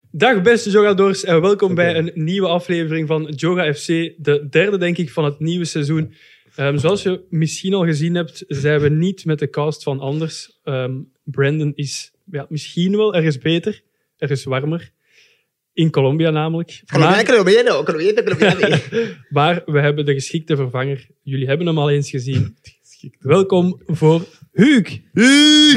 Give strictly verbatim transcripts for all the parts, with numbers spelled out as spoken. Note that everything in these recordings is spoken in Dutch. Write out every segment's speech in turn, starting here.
Dag beste Jogadors en welkom Okay. bij een nieuwe aflevering van Joga F C. De derde, denk ik, van het nieuwe seizoen. Um, zoals je misschien al gezien hebt, zijn we niet met de cast van Anders. Um, Brandon is ja, misschien wel ergens beter, ergens warmer. In Colombia namelijk. Maar, Colombiano, Colombiano, Colombiano. maar we hebben de geschikte vervanger. Jullie hebben hem al eens gezien. Welkom voor Huug. Huug!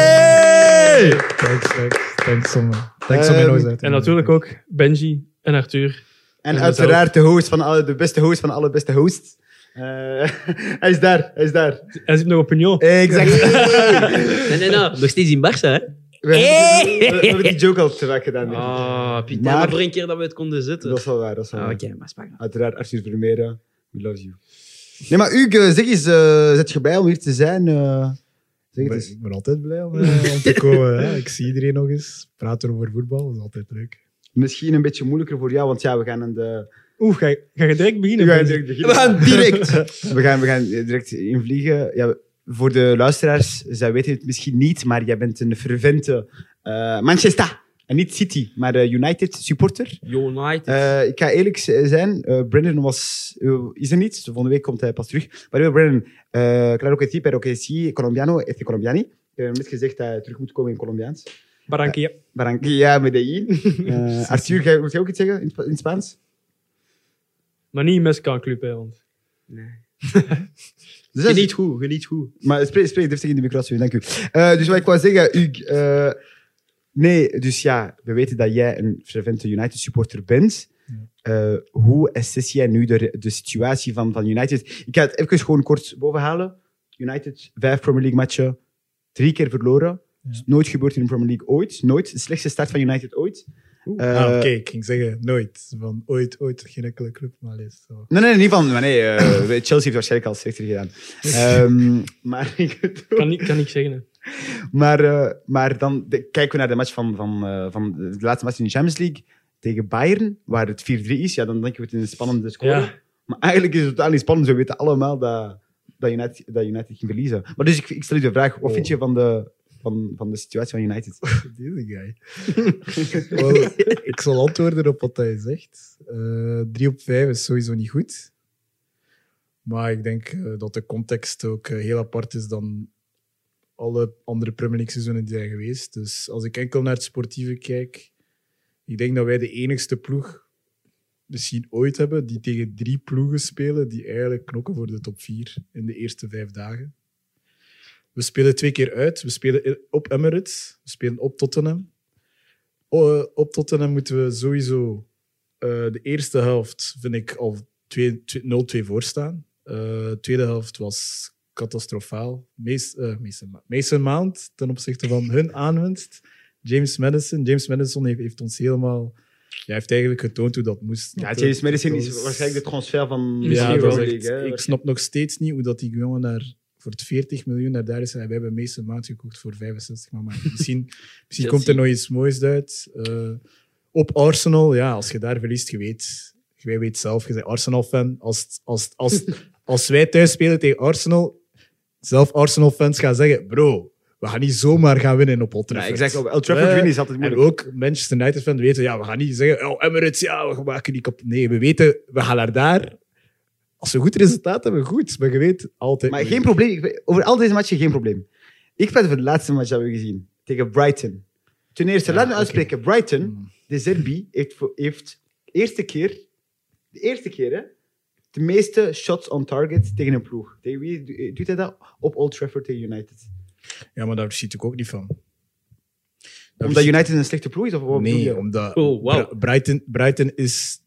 Hey! Thanks, thanks. Thanks om, thanks om Um, mijn nose uit te En nodigen. natuurlijk ook Benji en Arthur. En En uiteraard de, host van alle, de beste host van alle beste hosts. Uh, hij is daar, hij is daar. Hij zit nog op Pignon. Exact. Nee, nee, nee. Nog steeds in Barça, hè? We hebben, we hebben die joke al te vaak gedaan. denk ik. Ah, putain, Maar- maar voor een keer dat we het konden zetten. Dat is wel waar, dat is wel Ah, waar. Oké, maar spannend. Uiteraard Arthur Vermeeren, we love you. Nee, maar Hugo, zeg eens, uh, zet je bij om hier te zijn? Uh, zeg Ik het ben, eens. ik ben altijd blij om, eh, om te komen. Hè. Ik zie iedereen nog eens. Praten over voetbal, dat is altijd leuk. Misschien een beetje moeilijker voor jou, want ja, we gaan in de... Oeh, ga, je- ga je direct beginnen? We gaan Benji? direct beginnen. We gaan direct. we, gaan, we gaan direct invliegen. Ja, voor de luisteraars, zij weten het misschien niet, maar jij bent een fervente uh, Manchester. En niet City, maar uh, United supporter. United. Uh, ik ga eerlijk z- zijn, uh, Brandon was, uh, is er niet. Volgende week komt hij pas terug. Maar uh, Brandon, uh, claro que sí, pero que sí, colombiano, este colombiani. Ik heb net gezegd dat hij terug moet komen in Colombiaans. Barranquilla. Barranquilla, Medellín. Uh, Arthur, ga- moet jij ook iets zeggen in, Spa- in Spaans? Maar niet Mescan Club, hè, want... Nee. Dus dat is- Geniet goed, geniet goed. Maar spreek, spreek deftig in de microfoon, dank u. Uh, dus wat ik wou zeggen, Hugues... Uh, nee, dus ja, we weten dat jij een fervente United-supporter bent. Uh, hoe assess jij nu de, de situatie van, van United? Ik ga het even gewoon kort bovenhalen. United, vijf Premier League-matchen, drie keer verloren. Ja. Is nooit gebeurd in de Premier League, ooit. Nooit. De slechtste start van United ooit. Uh, ah, Oké, ik ging zeggen nooit. Van ooit, ooit geen enkele club, maar is zo. Nee, nee, niet van... Maar nee, uh, Chelsea heeft waarschijnlijk al slechter gedaan. Um, maar ik bedoel... Kan niet, kan niet zeggen. Hè. Maar, uh, maar dan de, kijken we naar de match van, van, uh, van de laatste match in de Champions League tegen Bayern, waar het vier drie is. Ja, dan denken we het in een spannende score. Ja. Maar eigenlijk is het totaal niet spannend. We weten allemaal dat, dat, United, dat United ging verliezen. Maar dus ik, ik stel je de vraag, wat Oh. vind je van de, van, van de situatie van United? Deze guy. Wel, ik zal antwoorden op wat hij zegt. Uh, drie op vijf is sowieso niet goed. Maar ik denk uh, dat de context ook uh, heel apart is dan alle andere Premier League seizoenen die zijn geweest. Dus als ik enkel naar het sportieve kijk, ik denk dat wij de enigste ploeg misschien ooit hebben die tegen drie ploegen spelen die eigenlijk knokken voor de top vier in de eerste vijf dagen. We spelen twee keer uit. We spelen op Emirates. We spelen op Tottenham. O, op Tottenham moeten we sowieso uh, de eerste helft, vind ik, al nul twee voor staan. De uh, tweede helft was catastrofaal. Mason, uh, Mason, Mason Mount ten opzichte van hun aanwinst. James Maddison. James Maddison heeft, heeft ons helemaal... Hij heeft eigenlijk getoond hoe dat moest. Ja, Dat- James Maddison dat is was- waarschijnlijk de transfer van Ja, de dat is Premier echt- League, hè. ik snap nog steeds niet hoe dat die jongen naar, voor het veertig miljoen naar daar is. En wij hebben Mason Mount gekocht voor vijfenzestig. Maar, maar misschien misschien komt er nog iets moois uit. Uh, op Arsenal, ja, als je daar verliest, je weet... Jij weet zelf, je bent Arsenal-fan. Als, als, als, als wij thuis spelen tegen Arsenal, zelf Arsenal-fans gaan zeggen, bro, we gaan niet zomaar gaan winnen op Old Ja, Trafford. exact. Old Trafford Eh, winnen is altijd En moeilijk. ook Manchester United-fans weten, ja, we gaan niet zeggen, oh, Emirates, ja, we maken die kap. Nee, we weten, we gaan naar daar. Als we een goed resultaat hebben, goed. Maar je weet altijd... Maar geen probleem. Ik weet- Over al deze matchen geen probleem. Ik praat over de laatste match dat we gezien. Tegen Brighton. Ten eerste, Ja, laat me oké. uitspreken. Brighton, Hmm. de Serbi, heeft, voor- heeft de eerste keer... De eerste keer, hè? De meeste shots on target tegen een ploeg. Tegen wie do- doet hij dat? Op Old Trafford tegen United. Ja, maar daar verschiet ik ook niet van. Daar Omdat verschiet- United een slechte ploeg is? Of wat bedoel Nee, je? omdat Oh, wauw. Bra- Brighton, Brighton is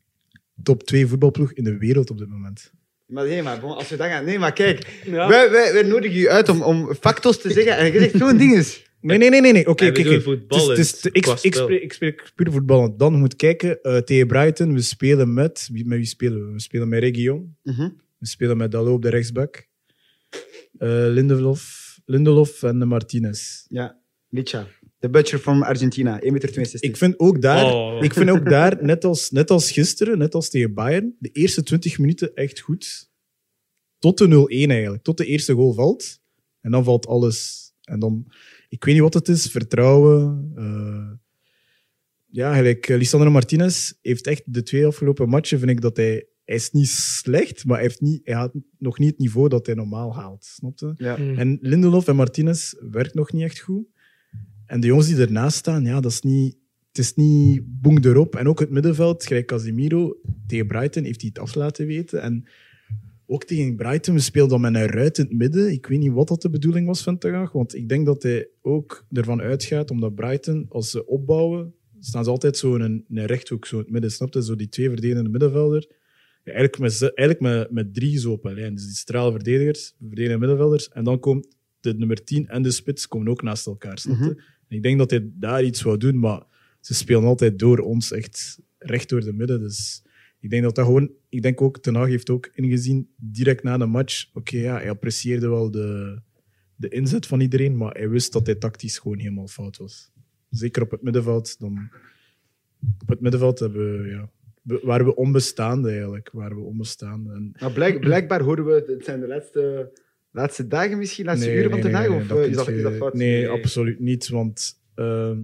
top twee voetbalploeg in de wereld op dit moment. Maar nee, maar bon, als we dan gaan... Nee, maar kijk. Ja. Wij, wij, wij nodigen je uit om, om factos te zeggen. En je zegt gewoon dingen. Nee, nee, nee, nee. nee. Oké, Ja, oké. we doen oké. voetballend, Dus- dus ik, qua ik, spel. spreek, ik spreek puur voetbal. Dan moet kijken, uh, tegen Brighton, we spelen met... wie- Met wie spelen we? We spelen met Region. Mhm. We spelen met Dalot op de rechtsback. Uh, Lindelof, Lindelof en Martinez. Ja, Licha. De butcher van Argentina. één meter tweeënzestig. Ik vind ook daar, Oh. ik vind ook daar net, als, net als gisteren, net als tegen Bayern, de eerste twintig minuten echt goed. Tot de nul één eigenlijk. Tot de eerste goal valt. En dan valt alles. En dan, ik weet niet wat het is, vertrouwen. Uh, ja, gelijk, uh, Lisandro Martinez heeft echt de twee afgelopen matchen, vind ik dat hij... Hij is niet slecht, maar hij, heeft niet, hij had nog niet het niveau dat hij normaal haalt. Snap je? Ja. Mm. En Lindelof en Martinez werkt nog niet echt goed. En de jongens die ernaast staan, ja, dat is niet... Het is niet boeng erop. En ook het middenveld, gelijk Casemiro, tegen Brighton heeft hij het af laten weten. En ook tegen Brighton, we speelden dan met een ruit in het midden. Ik weet niet wat dat de bedoeling was van Ten Hag, want ik denk dat hij ook ervan uitgaat, omdat Brighton, als ze opbouwen, staan ze altijd zo in een, in een rechthoek, zo in het midden, snap je? Zo die twee verdedigende middenvelder. Ja, eigenlijk met, ze- eigenlijk met, met drie zo op een lijn. Dus die centrale verdedigers, verdedigende middenvelders, en dan komt de nummer tien en de spits komen ook naast elkaar, snap je? Mhm. En ik denk dat hij daar iets wou doen, maar ze spelen altijd door ons, echt recht door de midden. Dus ik denk dat dat gewoon... Ik denk ook, Ten Hag heeft ook ingezien, direct na de match, oké, ja, hij apprecieerde wel de, de inzet van iedereen, maar hij wist dat hij tactisch gewoon helemaal fout was. Zeker op het middenveld. Dan, op het middenveld hebben we, ja, we- waren we onbestaande eigenlijk. Waren we onbestaande. En, Maar blijk, blijkbaar horen we, het zijn de laatste, laatste dagen misschien, laatste uren van Ten Hag, of eh, is, dat, kun is je- dat fout? Nee, absoluut niet, want... ehm,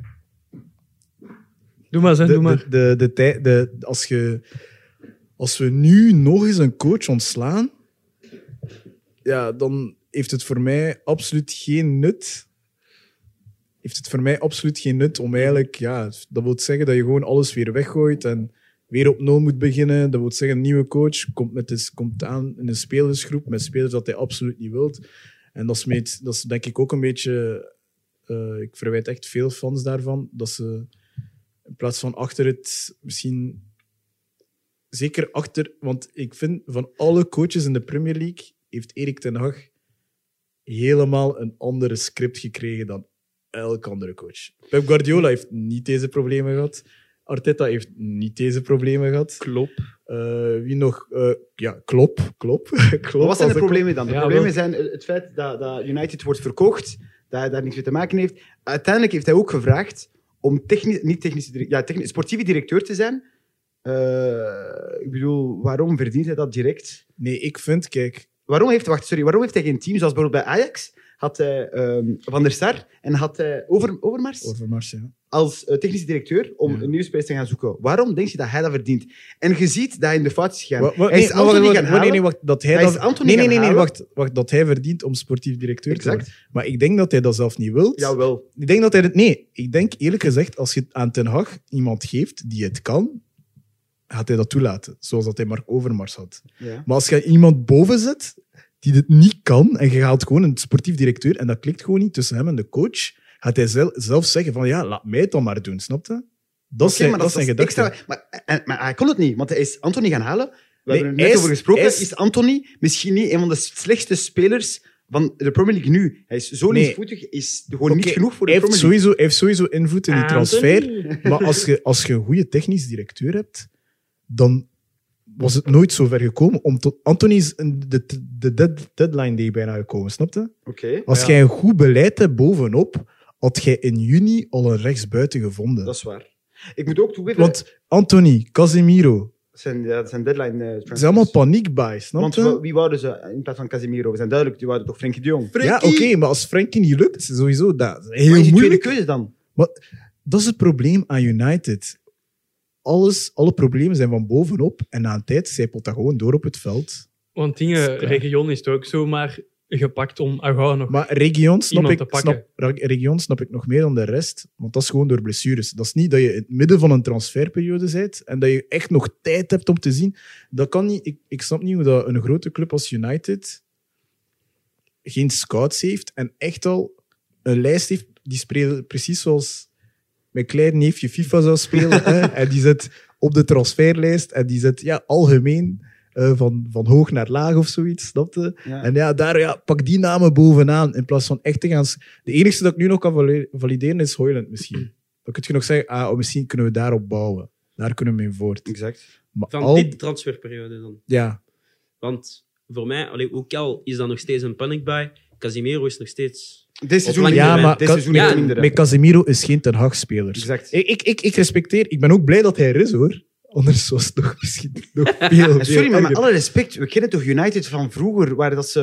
Doe maar, Zen, de, doe maar. de, de, de, tij- de, als, je, als we nu nog eens een coach ontslaan, ja, dan heeft het voor mij absoluut geen nut. Heeft het voor mij absoluut geen nut om eigenlijk, ja, dat wil zeggen dat je gewoon alles weer weggooit en weer op nul moet beginnen. Dat wil zeggen, een nieuwe coach komt, met de, komt aan in een spelersgroep met spelers dat hij absoluut niet wilt. En dat is, met, dat is denk ik ook een beetje... Uh, ik verwijt echt veel fans daarvan, dat ze in plaats van achter het misschien... Zeker achter... Want ik vind, van alle coaches in de Premier League heeft Erik ten Hag helemaal een andere script gekregen dan elke andere coach. Pep Guardiola heeft niet deze problemen gehad. Arteta heeft niet deze problemen gehad. Klopt. Uh, wie nog? Uh, ja, Klopp. Klopp. Klopp. Wat zijn de problemen dan? De Ja, problemen wel. zijn het feit dat, dat United wordt verkocht, dat hij daar niks mee te maken heeft. Uiteindelijk heeft hij ook gevraagd om technisch, niet technische, direct- ja, technisch, sportieve directeur te zijn. Uh, ik bedoel, waarom verdient hij dat direct? Nee, ik vind, kijk... Waarom heeft, wacht, sorry, waarom heeft hij geen team? Zoals bijvoorbeeld bij Ajax had hij um, Van der Sar en had hij Over, Overmars Overmars, ja. als uh, technische directeur om Ja. een nieuwe speler te gaan zoeken. Waarom denk je dat hij dat verdient? En je ziet dat hij in de fout is gegaan. Wa- wa- hij is nee, wacht, Anthony wacht, gaan wacht, nee, halen. nee, wacht, dat hij Hij dat... is Anthony nee, nee, gaan nee, nee, halen. wacht, wacht, dat hij verdient om sportief directeur te worden. Exact. Maar ik denk dat hij dat zelf niet wil. Jawel. Ik denk dat hij het... Nee, ik denk eerlijk gezegd, als je aan Ten Hag iemand geeft die het kan, gaat hij dat toelaten. Zoals dat hij Mark Overmars had. Ja. Maar als je iemand boven zet die dit niet kan, en je haalt gewoon een sportief directeur, en dat klikt gewoon niet tussen hem en de coach, gaat hij zelf, zelf zeggen van, ja, laat mij het dan maar doen, snap je? Dat Oké, zijn, maar dat zijn is gedachten. extra- Maar, en- maar hij kon het niet, want hij is Anthony gaan halen. We Nee, hebben er hij net is- over gesproken. hij Is, is- Anthony misschien niet een van de slechtste spelers van de Premier League nu? Hij is zo Nee. linksvoetig, is gewoon niet Oké, genoeg voor de hij heeft, Premier League. sowieso, hij heeft sowieso invloed in die Anthony. transfer. Maar als je, als je een goede technisch directeur hebt, dan was het nooit zo ver gekomen. Om tot, Anthony is in de, de dead- deadline day bijna gekomen, snap je? Oké, Als Ja. jij een goed beleid hebt bovenop, had jij in juni al een rechtsbuiten gevonden. dat is waar. Ik moet ook toegeven, Want Anthony, Casemiro, dat zijn, ja, dat zijn deadline uh, het is allemaal paniekbuy, snap Want je? wa- wie wouden ze in plaats van Casemiro? We zijn duidelijk, die wouden toch Frenkie de Jong? Ja, oké, maar als Frenkie niet lukt, sowieso, dat is Wat heel is je tweede moeilijk. keuze dan? Dat is het probleem aan United. Alles, alle problemen zijn van bovenop en na een tijd zijpelt dat gewoon door op het veld. Want dingen, Klaar. region is het ook zomaar gepakt om Agua nog... Maar region snap, Iemand te ik, pakken. snap, Ra- region snap ik nog meer dan de rest, want dat is gewoon door blessures. Dat is niet dat je in het midden van een transferperiode bent en dat je echt nog tijd hebt om te zien. Dat kan niet. Ik, ik snap niet hoe dat een grote club als United geen scouts heeft en echt al een lijst heeft die spelen precies zoals mijn klein neefje FIFA zou spelen. hè, en die zit op de transferlijst en die zit ja, algemeen eh, van, van hoog naar laag of zoiets, snap je? Ja. En ja, daar ja, pak die namen bovenaan in plaats van echt te gaan... s- De enige dat ik nu nog kan vali- valideren is Hoyland misschien. Dan kun je nog zeggen, ah, oh, misschien kunnen we daarop bouwen. Daar kunnen we mee voort. Exact. Maar Van al... dit transferperiode dan. Ja, Want voor mij, allee, ook al is dat nog steeds een panic buy, Casemiro is nog steeds... Dit seizoen lange minder, ja, hè. maar Dit Ca- seizoen ja, echt minder. hè. met Casemiro is geen Ten Hag-speler. Exact. Ik, ik, ik, ik respecteer... Ik ben ook blij dat hij er is, hoor. Anders was het nog misschien nog veel, veel Sorry, maar met erger. alle respect, we kennen toch United van vroeger, waar dat ze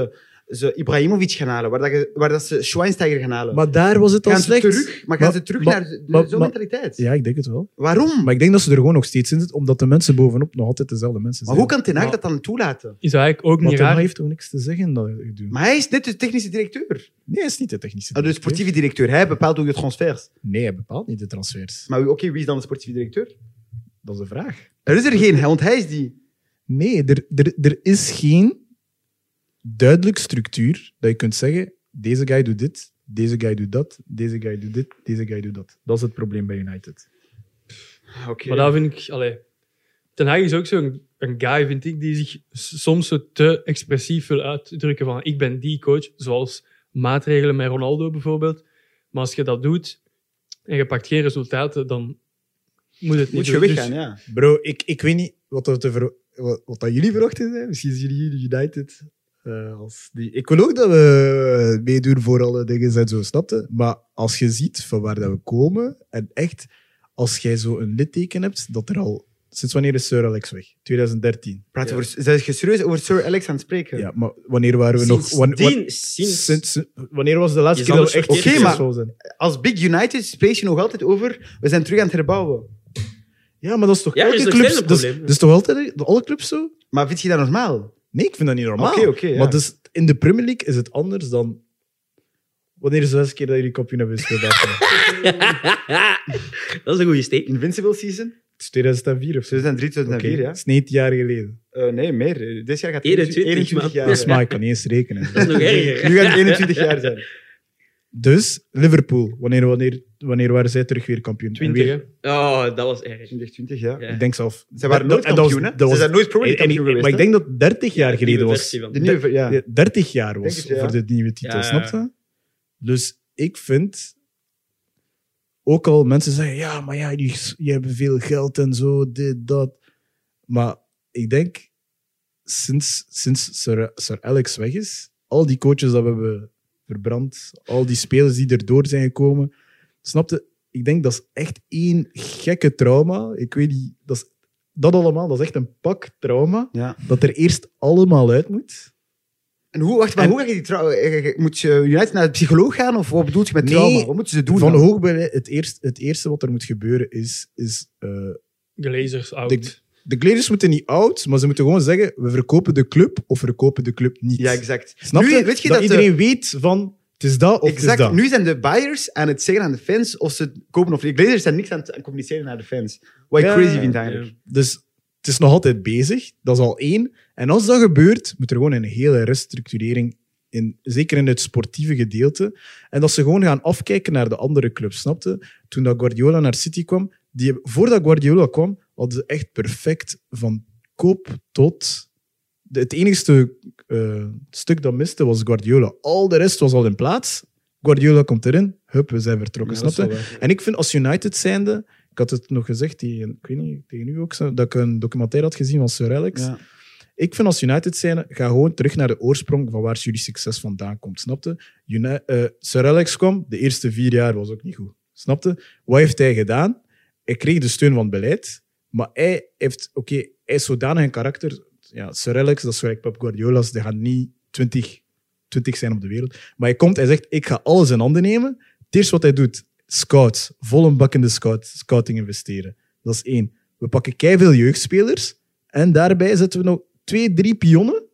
ze Ibrahimovic gaan halen, waar, dat je, waar dat ze Schweinsteiger gaan halen. Maar daar was het al gaan ze slecht. terug, maar gaan Maar- ze terug maar- naar de- maar- zo'n maar- mentaliteit? Ja, ik denk het wel. Waarom? Maar ik denk dat ze er gewoon nog steeds in zitten, omdat de mensen bovenop nog altijd dezelfde mensen Maar zijn. hoe kan Ten Hag Maar- dat dan toelaten? Is dat eigenlijk ook Want niet Ten Hag raar? heeft toch niks te zeggen in dat gedoe? Maar hij is net de technische directeur. Nee, hij is niet de technische Ah, de directeur. sportieve directeur. Hij bepaalt ook de transfers. Nee, hij bepaalt niet de transfers. Maar oké, wie is dan de sportieve directeur? Dat is de vraag. Er is er geen, want hij is die. Nee, er, er, er is geen duidelijke structuur dat je kunt zeggen, deze guy doet dit, deze guy doet dat, deze guy doet dit, deze guy doet dat. Dat is het probleem bij United. Oké. Maar dat vind ik... Allee, Ten Hag is ook zo'n een guy, vind ik, die zich s- soms zo te expressief wil uitdrukken van ik ben die coach, zoals maatregelen met Ronaldo bijvoorbeeld. Maar als je dat doet en je pakt geen resultaten, dan moet het niet Moet je doen. weggaan, Dus- ja. Bro, ik, ik weet niet wat, dat te ver- wat, wat dat jullie verwachten zijn. Misschien zien jullie United eh, als die... Ik wil ook dat we meedoen voor alle dingen en zo, snapte? Maar als je ziet van waar dat we komen, en echt, als jij zo een litteken hebt, dat er al... Sinds wanneer is Sir Alex weg? twintig dertien. Praat over, zijn je serieus over Sir Alex aan het spreken? Ja, maar wanneer waren we nog... wan- wan- Sindsdien, sinds... sinds, wanneer was de laatste Je keer dat zal we echt dus Oké, succesvol zijn? Als Big United spreek je nog altijd over we zijn terug aan het herbouwen. Ja, maar dat is toch Ja, er is elke nog club... steeds een Dat is, probleem. dat is toch altijd de alle clubs zo? Maar vind je dat normaal? Nee, ik vind dat niet normaal. Oké, oké, ja. Maar dus, in de Premier League is het anders dan... Wanneer is de laatste keer dat jullie kampioen hebben gespeeld? Dat is een goede steek. Invincible season? Het is tweeduizend vier of zo. tweeduizend drie, tweeduizend vier, Oké, ja. dat is niet jaar geleden. Uh, nee, meer. Uh, Dit jaar gaat eenentwintig, eenentwintig man. jaar Dat is zijn. maar, ik kan niet eens rekenen. Dat is nog erger. Nu gaat het eenentwintig jaar zijn. Dus, Liverpool. Wanneer, wanneer, wanneer waren zij terug weer kampioen? En twintig, weer- hè. Oh, dat was erg. twintig twintig, ja. Ja. Ik denk zelf... Ze waren nooit en dat was- kampioen, hè? dat was- Ze zijn nooit Premier League en- en- kampioen Maar ik geweest, denk dat dertig jaar De geleden nieuwe was. versie van. De nieuwe, ja. Ja, dertig jaar was Denk het, ja. voor de nieuwe titel, Ja. snap je? Dus ik vind... Ook al mensen zeggen, ja, maar ja, die, die hebben veel geld en zo, dit, dat. Maar ik denk, sinds, sinds Sir, Sir Alex weg is, al die coaches dat we hebben verbrand, al die spelers die erdoor zijn gekomen, snapte? Ik denk dat is echt één gekke trauma. Ik weet niet, dat, is, dat allemaal, dat is echt een pak trauma, Ja. dat er eerst allemaal uit moet. En hoe, wacht, maar En- hoe ga je die trauma... eh, eh, Moet je United naar de psycholoog gaan? Of wat bedoel je met Nee, trauma? Wat moeten ze doen Van dan? hoog beleid, het eerste, het eerste wat er moet gebeuren is... is eh, Glazers out. De- De Glazers moeten niet oud, maar ze moeten gewoon zeggen, we verkopen de club of we verkopen de club niet. Ja, exact. Snap Nu, je? weet je dat, dat de- iedereen weet van, het is dat of het is Exact. dat. Nu zijn de buyers aan het zeggen aan de fans of ze het kopen of niet. De Glazers zijn niks aan het communiceren naar de fans. Wat ik Ja, crazy vind eigenlijk. Dus het is nog altijd bezig, dat is al één. En als dat gebeurt, moet er gewoon een hele restructurering in, zeker in het sportieve gedeelte. En dat ze gewoon gaan afkijken naar de andere clubs, snapte? Toen dat Guardiola naar City kwam, die, hebben- voordat Guardiola kwam, hadden ze echt perfect van koop tot... De, het enige eh, stuk dat miste was Guardiola. Al de rest was al in plaats. Guardiola komt erin, hup, we zijn vertrokken, Ja, dat is snapte? wel waar. En ik vind als United zijnde... Ik had het nog gezegd, tegen, ik weet niet, tegen u ook, zo, dat ik een documentaire had gezien van Sir Alex. Ja. Ik vind als United zijnde, ga gewoon terug naar de oorsprong van waar jullie succes vandaan komt, snapte? Uni- eh, Sir Alex kwam, de eerste vier jaar was ook niet goed, snapte? Wat heeft hij gedaan? Hij kreeg de steun van het beleid, maar hij heeft, oké, hij is zodanig een karakter. Ja, Sir Alex, dat is gelijk Pep Guardiola's, die gaan niet twintig, twintig zijn op de wereld. Maar hij komt, hij zegt, ik ga alles in handen nemen. Het eerste wat hij doet, scouts, vol een bak in de scout, scouting investeren. Dat is één. We pakken keiveel jeugdspelers en daarbij zetten we nog twee, drie pionnen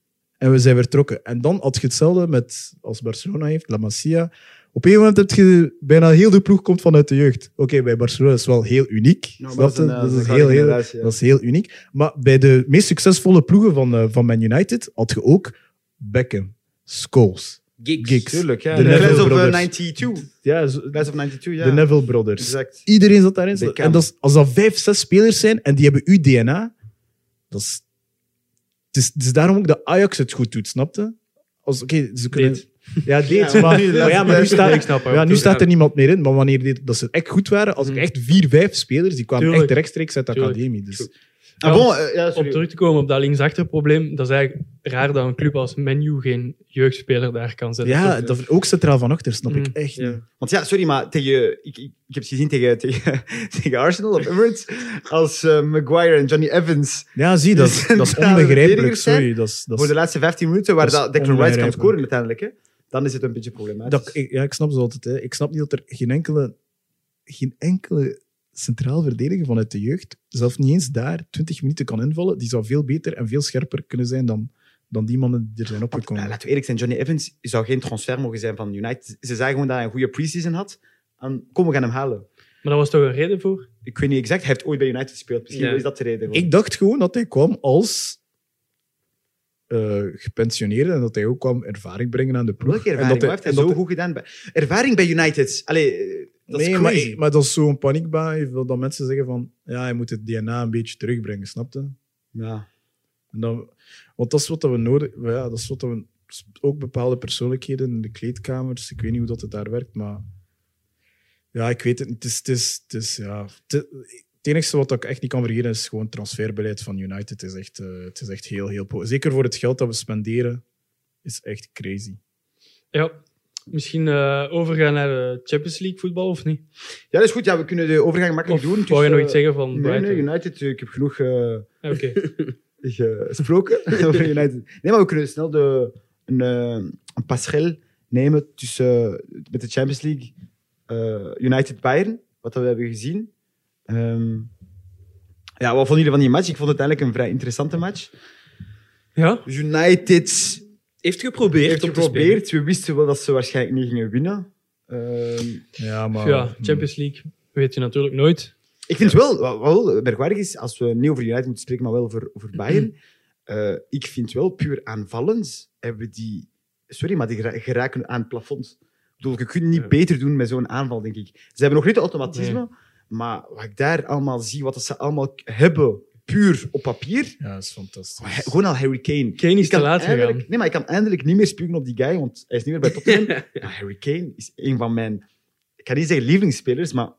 en we zijn vertrokken. En dan had je hetzelfde met, als Barcelona heeft, La Masia. Op een moment heb je bijna heel de ploeg komt vanuit de jeugd. Oké, bij Barcelona is het wel heel uniek. Nou, maar snap je? dat is een, Dat eh, is een heel, heel, generatie, ja. dat is heel uniek. Maar bij de meest succesvolle ploegen van, uh, van Man United had je ook Beckham, Scholes, Gigs. Giggs. Tuurlijk, ja. De De Neville Class of uh, Brothers. negenentwintig. Ja, zo- Class of negenentwintig, ja. de Neville Brothers. Exact. Iedereen zat daarin. Beckham. En dat is, als dat vijf, zes spelers zijn en die hebben uw D N A, dat is, het, is, het is daarom ook dat Ajax het goed doet, snapte? Als, oké, ze kunnen... Deed. Ja, deed, Ja, maar, nu- maar, ja, maar nu, ik staat, snap hem. ja, nu Tuurlijk, staat er ja. niemand meer in. Maar wanneer dit, dat ze echt goed waren, als ik Mhm. echt vier, vijf spelers, die kwamen Tuurlijk. echt rechtstreeks uit de Tuurlijk. academie. Dus, Ah, bon, uh, ja, Om sorry. terug te komen op dat linksachterprobleem, dat is eigenlijk raar dat een club als Man U geen jeugdspeler daar kan zetten. Ja, Toch? dat, ook centraal van achter, snap ik Mm. echt Ja. niet. Want ja, sorry, maar tegen, ik, ik, ik heb het gezien tegen, tegen, tegen Arsenal op Emirates. Als uh, Maguire en Johnny Evans Ja, zie, dat, Dus is- dat is centrale onbegrijpelijk. verdedigers zijn Sorry, dat is, dat voor is, de laatste vijftien minuten, waar dat is dat Declan Rice kan onbegrijpelijk. scoren uiteindelijk, hè, dan is het een beetje problematisch. dat, ik, ja, ik snap ze altijd. Hè. Ik snap niet dat er geen enkele, geen enkele centraal verdediger vanuit de jeugd, zelfs niet eens daar, twintig minuten kan invallen. Die zou veel beter en veel scherper kunnen zijn dan, dan die mannen die er zijn Want, opgekomen. uh, laten we eerlijk zijn, Johnny Evans zou geen transfer mogen zijn van United. Ze zagen gewoon dat hij een goede pre-season had. En kom, we gaan hem halen. Maar daar was toch een reden voor? Ik weet niet exact, hij heeft ooit bij United gespeeld. Misschien Ja. is dat de reden. gewoon. Ik dacht gewoon dat hij kwam als eh, gepensioneerde en dat hij ook kwam ervaring brengen aan de ploeg. Welke En ervaring? dat Wat heeft hij en dat zo goed gedaan? Bij... Ervaring bij United. Allee, eh, dat is nee, maar, crazy. maar dat is zo'n paniekbui, dat mensen zeggen van ja, hij moet het D N A een beetje terugbrengen, snap je? Ja. En dan, want dat is wat dat we nodig ja, dat is wat dat we ook bepaalde persoonlijkheden in de kleedkamers. Ik weet niet hoe dat het daar werkt, maar ja, ik weet het niet. Het is, het is, het is, ja, het, het enige wat ik echt niet kan vergeten is gewoon het transferbeleid van United. Het is echt, uh, het is echt heel, heel... Po- Zeker voor het geld dat we spenderen, is echt crazy. Ja, misschien uh, overgaan naar de Champions League voetbal, of niet? ja, dat is goed. Ja, we kunnen de overgang makkelijk Of doen. wou je tussen- nog iets zeggen van Nee, Brighton? nee, United. Ik heb genoeg uh, Ah, Oké. gesproken over United. Nee, maar we kunnen snel de, een, uh, een passerelle nemen tussen, uh, met de Champions League uh, United-Bayern, wat we hebben gezien. Um, ja, wat vonden jullie van die match? Ik vond het eigenlijk een vrij interessante match. Ja? United Heeft geprobeerd heeft om te spelen. geprobeerd. We wisten wel dat ze waarschijnlijk niet gingen winnen. Um, Ja, maar... ja, Champions League weet je natuurlijk nooit. Ik vind het wel, wat wel merkwaardig is, als we niet over United moeten spreken, maar wel over, over Bayern. Uh, ik vind wel, puur aanvallend, hebben die... Sorry, maar die gera- geraken aan het plafond. Ik bedoel, je kunt niet Ja. beter doen met zo'n aanval, denk ik. Ze hebben nog niet de automatisme, Nee. maar wat ik daar allemaal zie, wat ze allemaal hebben, puur op papier... Ja, dat is fantastisch. Oh, Gewoon al Harry Kane. Kane is Ik kan te laat eindelijk- gegaan. Nee, maar ik kan eindelijk niet meer spugen op die guy, want hij is niet meer bij Tottenham. Maar Harry Kane is een van mijn... Ik kan niet zeggen lievelingsspelers, maar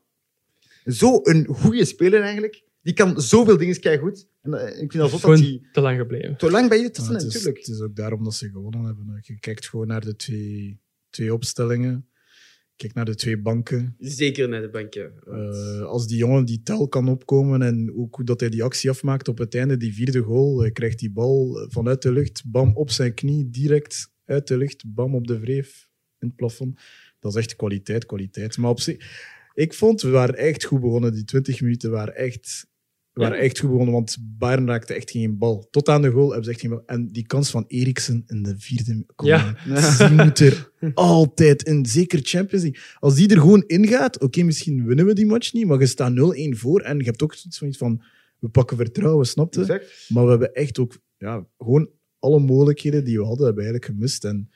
zo'n goede speler eigenlijk. Die kan zoveel dingen keigoed. En uh, ik vind dat zot dat Gewoon hij te lang gebleven. te lang bij je Ja, Tottenham, het, is, natuurlijk. het is ook daarom dat ze gewonnen hebben. Je kijkt gewoon naar de twee, twee opstellingen. Kijk naar de twee banken. Zeker naar de banken. Uh, als die jongen die tel kan opkomen en ook hoe dat hij die actie afmaakt op het einde, die vierde goal, hij krijgt die bal vanuit de lucht, bam op zijn knie, direct uit de lucht, bam op de wreef in het plafond. Dat is echt kwaliteit, kwaliteit. Maar op zich, ik vond, we waren echt goed begonnen. Die twintig minuten waren echt, waren Ja. echt goed begonnen, want Bayern raakte echt geen bal. Tot aan de goal hebben ze echt geen bal. En die kans van Eriksen in de vierde... Kom Ja. aan. Die moet er altijd in. Zeker Champions League. Als die er gewoon ingaat, oké, okay, misschien winnen we die match niet, maar je staat nul-één voor en je hebt ook zoiets van, we pakken vertrouwen, snap je? Exact. Maar we hebben echt ook ja, gewoon alle mogelijkheden die we hadden, hebben we eigenlijk gemist. En,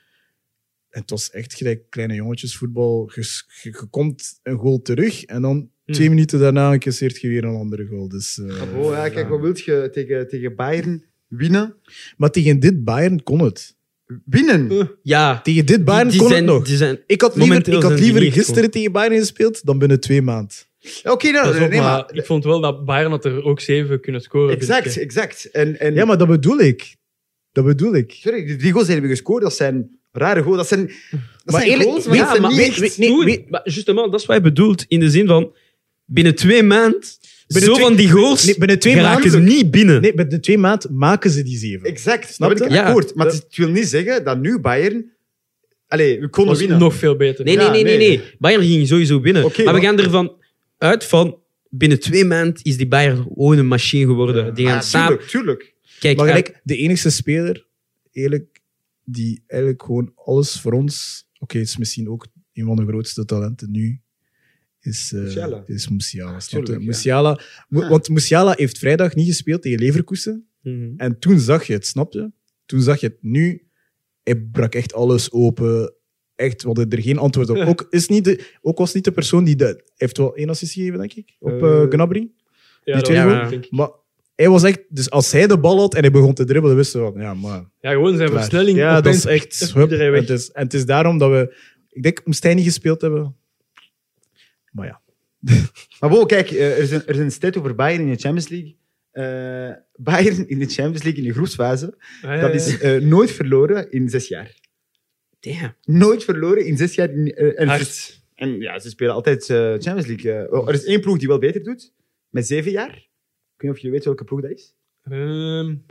en het was echt gelijk kleine jongetjesvoetbal. Je, je, je komt een goal terug en dan twee minuten daarna incasseert je weer een andere goal. Dus, uh, Oh, ja, kijk, wat wil je tegen, tegen Bayern winnen? Maar tegen dit Bayern kon het. Winnen! Ja, Tegen dit Bayern die, die kon zijn, het nog. Die zijn, Ik had liever, Momenteel ik had zijn die liever niet echt gisteren tegen Bayern gespeeld dan binnen twee maanden. Ja, Oké, nou, Pas op, nee, maar maar... ik vond wel dat Bayern had er ook zeven kunnen scoren. Exact, vind ik. exact. En, en, Ja, maar dat bedoel ik. Dat bedoel ik. Sorry, die drie goals die hebben gescoord, dat zijn rare goals. Dat zijn, dat Maar zijn eerlijk- goals, maar weet- dat zijn maar niet weet- echt... weet- nee, Goed, weet- maar justement, dat is wat hij bedoelt. In de zin van, binnen twee maanden, Binnen zo twee- van die goals, nee, binnen twee geraken ze maanden- niet binnen. Nee, met de twee maanden maken ze die zeven. Exact, Snap dat ben ik je? Ja. akkoord. Maar Dat- het, is- het wil niet zeggen dat nu Bayern... Allee, we konden was winnen. nog veel beter. Nee, nee, Ja, nee, nee, nee. nee. Bayern ging sowieso winnen. Oké, maar we maar- gaan ervan uit van, binnen twee maanden is die Bayern gewoon een machine geworden. Die gaan Ah, samen... tuurlijk, tuurlijk. Kijk, Maar eh, gelijk, de enige speler, eerlijk, die eigenlijk gewoon alles voor ons... Oké, het is misschien ook een van de grootste talenten nu, is, uh, Musiala. is Musiala. Snap je? Tuurlijk, ja. Musiala, Mo- Want Musiala heeft vrijdag niet gespeeld tegen Leverkusen. mhm. En toen zag je het, snap je? Toen zag je het. Nu, hij brak echt alles open. Echt, we hadden er geen antwoord op. Ook, is niet de, ook was niet de persoon die... De, hij heeft wel één assist gegeven, denk ik, op Eh, uh, Gnabry. Ja, die dat twee was- goals? denk ik. Maar hij was echt... Dus als hij de bal had en hij begon te dribbelen, wisten we van, ja, maar... Ja, gewoon zijn klaar. versnelling. Ja, dat opeens is echt... is hup, iedereen en, weg. het is, en het is daarom dat we... Ik denk, moest hij niet gespeeld hebben... Maar ja. Maar bon, kijk, eh, er is een, er is een stat over Bayern in de Champions League. Uh, Bayern in de Champions League in de groepsfase. Ah, ja, Dat ja. is uh, nooit verloren in zes jaar. Damn. Nooit verloren in zes jaar. In, uh, en, Hard. en ja, ze spelen altijd uh, Champions League. Uh, oh, er is één ploeg die wel beter doet. Met zeven jaar. Ik weet niet of jullie weten welke ploeg dat is. Um,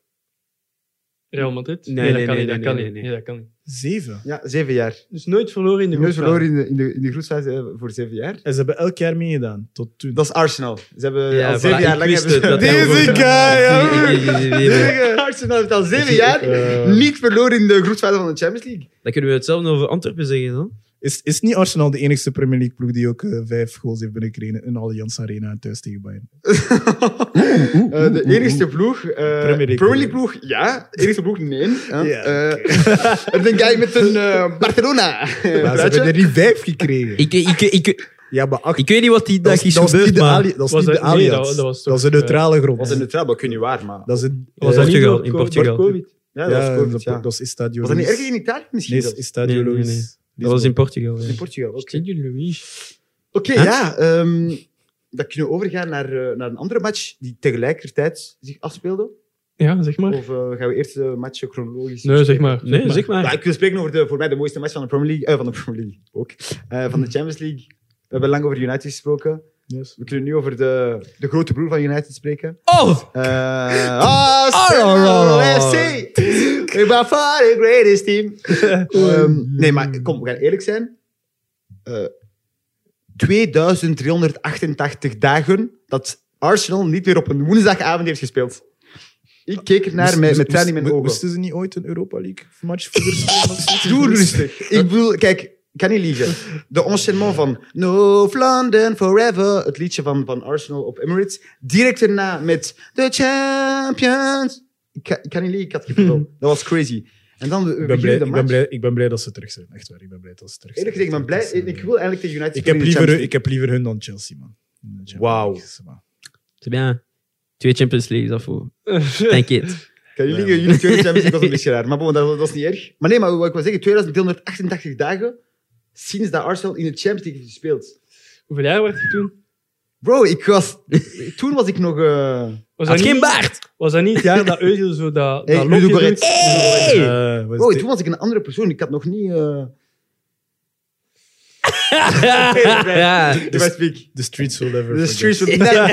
Real Madrid? Nee, dat nee, kan nee, niet. Dat nee, kan nee, niet. nee. Nee, dat kan niet. Zeven. Ja, zeven jaar. Dus nooit verloren in de Nooit groepsfase. verloren in de, in de, in de groepsfase uh, voor zeven jaar. En ze hebben elk jaar meegedaan, tot toen. Dat is Arsenal. Ze hebben Ja, al voilà, zeven jaar ik lang... wist hebben het, ze- dat hij Deze over- guy, ja. Ik- ik- ik- ik- ik- Deze Arsenal heeft al zeven jaar Eh. niet verloren in de groepsfase van de Champions League. Dan kunnen we hetzelfde over Antwerpen zeggen dan. Is, is niet Arsenal de enigste Premier League ploeg die ook uh, vijf goals heeft binnengekregen in Allianz Arena en thuis tegen Bayern? Uh, de enigste ploeg... Uh, Premier League Premier League ploeg, ja. De enigste ploeg, nee. Ja. Ja, Uh, er is een guy met een uh, Barcelona. Maar ze hebben er niet vijf gekregen. Ik, ik, ik, ik, Ja, maar acht. ik weet niet wat die Dat dag is, is dat is gebeurd, niet de, maar... Ali, dat is Was niet de dat- nee, Allianz. dat- dat was toch, dat is een neutrale grond. Dat is een neutraal, maar ik weet niet waar, maar... Dat is een... Was eh, dat niet Portugal, door, in door Portugal. COVID? Ja, dat ja, was COVID, dat, ja. dat is Estadio Was dat niet Luis. ergens in Italië misschien? Nee, zelfs? is Estadio Nee, nee, Luis. nee. Dat was in Portugal. Ja. In Portugal, oké. St. Louis. Oké, Huh? ja. Um, dan kunnen we overgaan naar, uh, naar een andere match die tegelijkertijd zich afspeelde. Ja, zeg maar. Of uh, gaan we eerst de match chronologisch... Nee, zeg maar. Nee, zeg maar. Ja, ik wil spreken over de, voor mij de mooiste match van de Premier League. Uh, van de Premier League ook. Uh, van de Champions League. We hebben lang over United gesproken. Yes. We kunnen nu over de, de grote broer van United spreken. Oh! Uh, Arsenal F C! We are for the greatest team. um, nee, maar kom, we gaan eerlijk zijn. Uh, tweeduizend driehonderdachtentachtig dagen dat Arsenal niet meer op een woensdagavond heeft gespeeld. Ik keek ernaar met, met tranen in mijn ogen. Wisten ze niet ooit een Europa League match voor de Doe rustig. Ik wil, kijk, ik kan niet liegen. De enchaînement van No of London Forever, het liedje van, van Arsenal op Emirates. Direct daarna met The Champions. Ik kan, ik kan niet liegen, ik had kippenvel. Dat was crazy. En dan we Ik ben, beginnen blij, de ik, ben match. blij, ik ben blij dat ze terug zijn. Echt waar, ik ben blij dat ze terug zijn. Eerlijk gezegd, ik ben blij. Het is, uh, Ik wil eigenlijk tegen United ik, heb spelen in de liever, Champions ik heb liever hun dan Chelsea, man. In de Champions Wauw. League, maar- C'est bien. Twee Champions Leagues afvoer. Denk it. Kan je liegen, jullie tweede Champions League was een beetje raar. Maar bon, dat, dat is niet erg. Maar nee, maar wat ik wil zeggen, tweeduizend driehonderdachtentachtig dagen sinds dat Arsenal in de Champions League heeft gespeeld. Hoeveel jaar werd je toen? Bro, ik was... Toen was ik nog... Uh... Was Had dat, geen niet, baard! was dat niet het jaar dat Özil zo dat, Hey, dat Ludo lokje Goretz. doet? Hey! Eh, wat is Bro, dit? toen was ik een andere persoon. Ik had nog niet... Uh... Ja. If I speak. The streets will never De forget. streets will never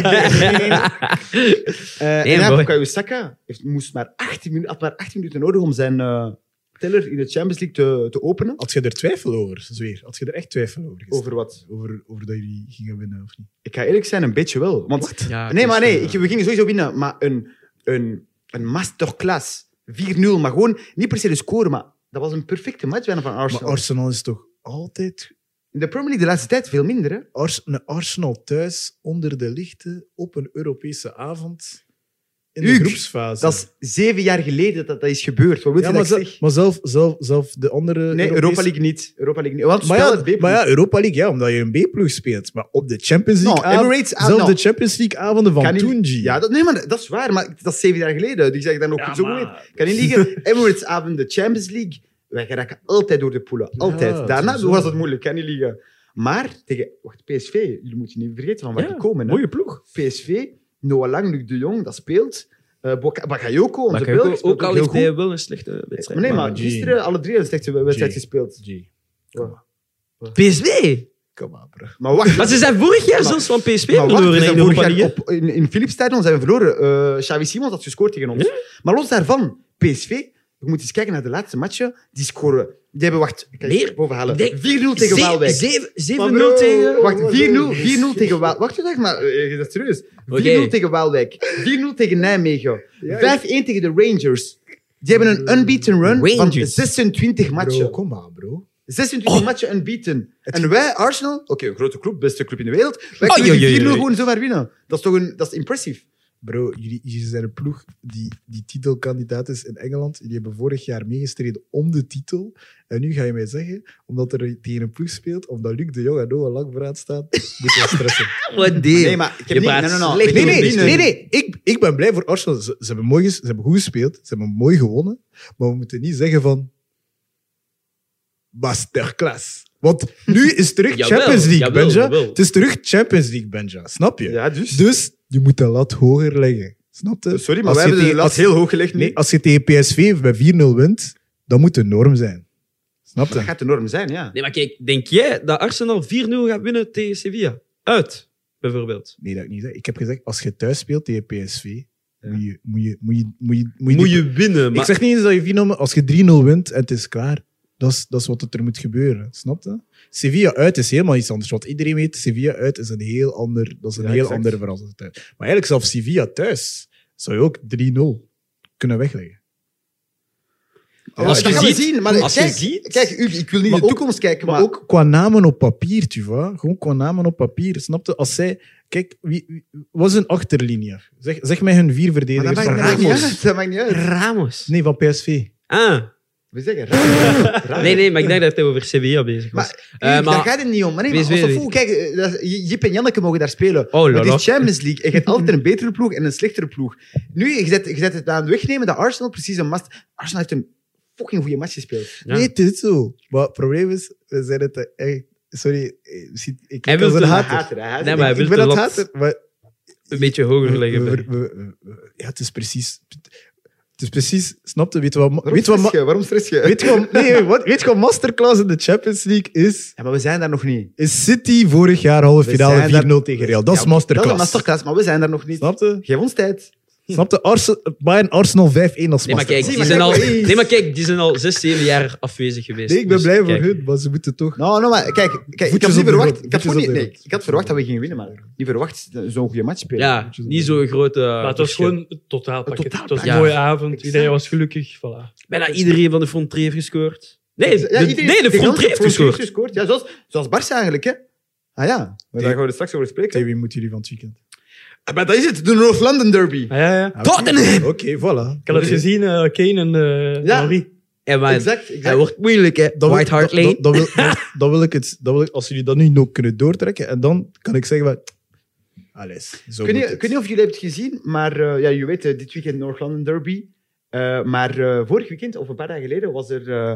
uh, En ja, boy. Bukayo Saka heeft, moest maar achttien minuten, had maar achttien minuten nodig om zijn uh, teller in de Champions League te, te openen. Had je er twijfel over, zweer? Had je er echt twijfel over? gesteld? Over wat? Over, over dat jullie gingen winnen of niet? Ik ga eerlijk zijn, een beetje wel. Want, Ja, nee, maar dus, nee, eh, ik, we gingen sowieso winnen. Maar een, een, een masterclass. vier nul, maar gewoon niet per se de score, maar dat was een perfecte match bijna van Maar Arsenal. Arsenal is toch altijd... In de Premier League de laatste tijd veel minder, hè? Ars een Arsenal thuis, onder de lichten, op een Europese avond, in de Hugo, groepsfase. Dat is zeven jaar geleden dat dat is gebeurd. Wat wil je ja, dat maar, ik ze- zeg? maar zelf, zelf, zelf de andere Nee, Europese- Europa League niet. Europa League niet. Want Maar spel ja, het B-ploeg. maar ja, Europa League, ja, omdat je een B-ploeg speelt. Maar op de Champions League No, avond- Emirates av- zelf no. de Champions League avonden van Kan niet- toen, G. Ja, dat, nee, maar dat is waar. Maar dat is zeven jaar geleden. Die zeg ik dan ook Ja, zo maar- goed. Kan niet liegen. Emirates avond de Champions League. Wij geraken altijd door de poelen. Altijd. Ja, Daarna sowieso. was het moeilijk. Kan niet liegen. Maar tegen wacht, P S V, jullie moeten niet vergeten van waar Ja, die komen. Hè? mooie ploeg. P S V, Noah Lang, Luc de Jong, dat speelt. Uh, Boka- Bakayoko, onze Bakayoko, Belg, speelt ook al heel heeft hij goed. wel een slechte wedstrijd. Maar nee, maar G. gisteren alle drie een slechte wedstrijd G. gespeeld. G. P S V! Kom maar, bro. Maar wacht. Maar ze zijn vorig jaar Maar- zelfs van P S V Maar wacht, verloren we in zijn de vorig Europa jaar League. op, in, in Philipsstadion zijn we verloren. Uh, Xavi Simons had gescoord tegen ons. Maar los daarvan, P S V, we moeten eens kijken naar de laatste matchen. Die scoren... Die hebben, wacht, ik kan Nee, het bovenhalen. ik denk- vier nul tegen Waalwijk. zeven nul tegen... Wacht, vier nul vier nul tegen Waalwijk. Wacht, wacht, maar uh, dat is serieus. vier nul Oké. tegen Waalwijk. vier nul tegen Nijmegen. vijf één tegen de Rangers. Die hebben een unbeaten run van Rangers. zesentwintig matchen. Bro, kom maar, bro. zesentwintig matchen unbeaten. En wij, Arsenal, oké, een grote club, beste club in de wereld, wij Oei, kunnen oei, die oei, vier nul oei. gewoon zomaar winnen. Dat is toch een, dat is impressive. Bro, jullie, jullie zijn een ploeg die, die titelkandidaat is in Engeland. Jullie hebben vorig jaar meegestreden om de titel. En nu ga je mij zeggen, omdat er tegen een ploeg speelt, omdat Luc de Jong en Noah Lang vooraan staan, moeten we stressen. Wat deal. Nee, maar ik heb Je niet... praat Nee, nee, nee. slecht Nee, Nee, nee, nee, nee, nee. nee. Ik, ik ben blij voor Arsenal. Ze, ze, hebben mooi ges- ze hebben goed gespeeld. Ze hebben mooi gewonnen. Maar we moeten niet zeggen van... Masterclass. Want nu is het terug Jawel, Champions League, jawel, Benja. jawel. Het is terug Champions League, Benja. Snap je? Ja, dus. Dus, je moet de lat hoger leggen. Snap je? Sorry, maar Als we je hebben de tegen- lat als- heel hoog gelegd nu. Nee, als je tegen P S V met vier nul wint, dan moet de norm zijn. Snap je? Dat gaat de norm zijn, ja. Nee, maar kijk, denk jij dat Arsenal vier nul gaat winnen tegen Sevilla? Uit, bijvoorbeeld. Nee, dat ik niet zeg. Ik heb gezegd, als je thuis speelt tegen P S V, moet je, moet je, moet je, moet je, moet je, Moet die- je winnen, Ik maar... zeg niet eens dat je vier nul, maar als je drie nul wint en het is klaar, dat is, dat is wat er moet gebeuren. Snap je? Sevilla uit is helemaal iets anders. Wat iedereen weet, Sevilla uit is een heel ander, dat is een Ja, heel exact. ander verhaal dan thuis. Maar eigenlijk zelfs Sevilla thuis zou je ook drie nul kunnen wegleggen. Als dat je gaan we ziet- zien. Maar als je kijk, ziet- kijk, Hugo, ik wil niet Maar in de ook- toekomst kijken, maar... Maar ook qua namen op papier, tu vois. Gewoon qua namen op papier. Snap je? Als zij... Kijk, wie, wie wat is een achterlinie? Zeg, zeg mij hun vier Maar verdedigers dat van maakt niet Ramos. uit. Dat maakt niet uit. Ramos. Nee, van P S V. Ah. We zeggen Ramos. Ramos. Nee, nee, maar ik dacht dat hij over Sevilla bezig was. Maar, Eh, Hugo, maar- daar gaat het niet om. Maar nee, maar P S V als dat niet. voel, kijk, eh, dat is- Jip en Janneke mogen daar spelen. Oh, Maar lala. het is Champions League. Je hebt altijd een betere ploeg en een slechtere ploeg. Nu, je zet, je zet het aan het wegnemen dat Arsenal precies een mast... Arsenal heeft een fucking goede match gespeeld. Ja. Nee, het is zo. Maar het probleem is, we zijn het... eh, echt- sorry, eh, ziet- ik Hij ik als wil een de hater. Hater, hè, hater. Nee, maar hij Ik wil ben de het lat hater, maar een beetje hoger we- leggen. we- bij. we- we- we- ja, het is precies... Het is precies... Snap je? Weet je wat... Waarom Weet je wat, stress ma- je? Waarom stress je? weet je wat, nee, wat, weet je wat masterclass in de Champions League is? Ja, maar we zijn daar nog niet. Is City vorig jaar halve We finale zijn daar- vier nul tegen Real. Dat is Ja, masterclass. Dat is een masterclass, maar we zijn daar nog niet. Snap je? Geef ons tijd. Snap je? Arsenal, Bayern Arsenal vijf één als Nee, maar kijk, masterclass. die maar zijn kijk al, wat is. nee, maar kijk, die zijn al zes, zeven jaar afwezig geweest. Nee, ik ben Dus blij voor kijk. hun, maar ze moeten toch... Nou, nou, maar kijk, kijk ik had Voetjes niet op de verwacht. grond, Ik had, voetjes gewoon niet, op de nee, grond. ik had verwacht dat we gingen winnen, maar niet verwacht zo'n goede match spelen. Ja, niet zo'n grote... Maar het was verschil. gewoon het totaalpakket. Het Het was een Ja. mooie avond. Exact. Iedereen was gelukkig. Voilà. Bijna iedereen van de front drie heeft gescoord. Nee, Ja, de, iedereen- nee, de tegen front ons drie heeft front drie gescoord. Ja, zoals, zoals Barça eigenlijk, hè. Ah ja, maar daar gaan we er straks over spreken. Tegen wie moeten jullie van het weekend? Ah, maar dat is het, de North London Derby. Ah, ja, ja. Ah, Tottenham! Oké, voilà. Ik had het gezien, eh, Kane en eh Ja. Henry. En maar, Exact, hij exact. wordt moeilijk, hè. Dan wil- White Hart dan- Lane. dan- dan wil- dan- dan wil ik het... Dan wil ik, als jullie dat nu nog kunnen doortrekken, en dan kan ik zeggen... Van, alles, zo Ik weet, moet niet, ik het. weet niet of jullie hebben het gezien, maar uh, ja, je weet, uh, dit weekend North London Derby. Uh, maar uh, vorig weekend, of een paar dagen geleden, was er uh,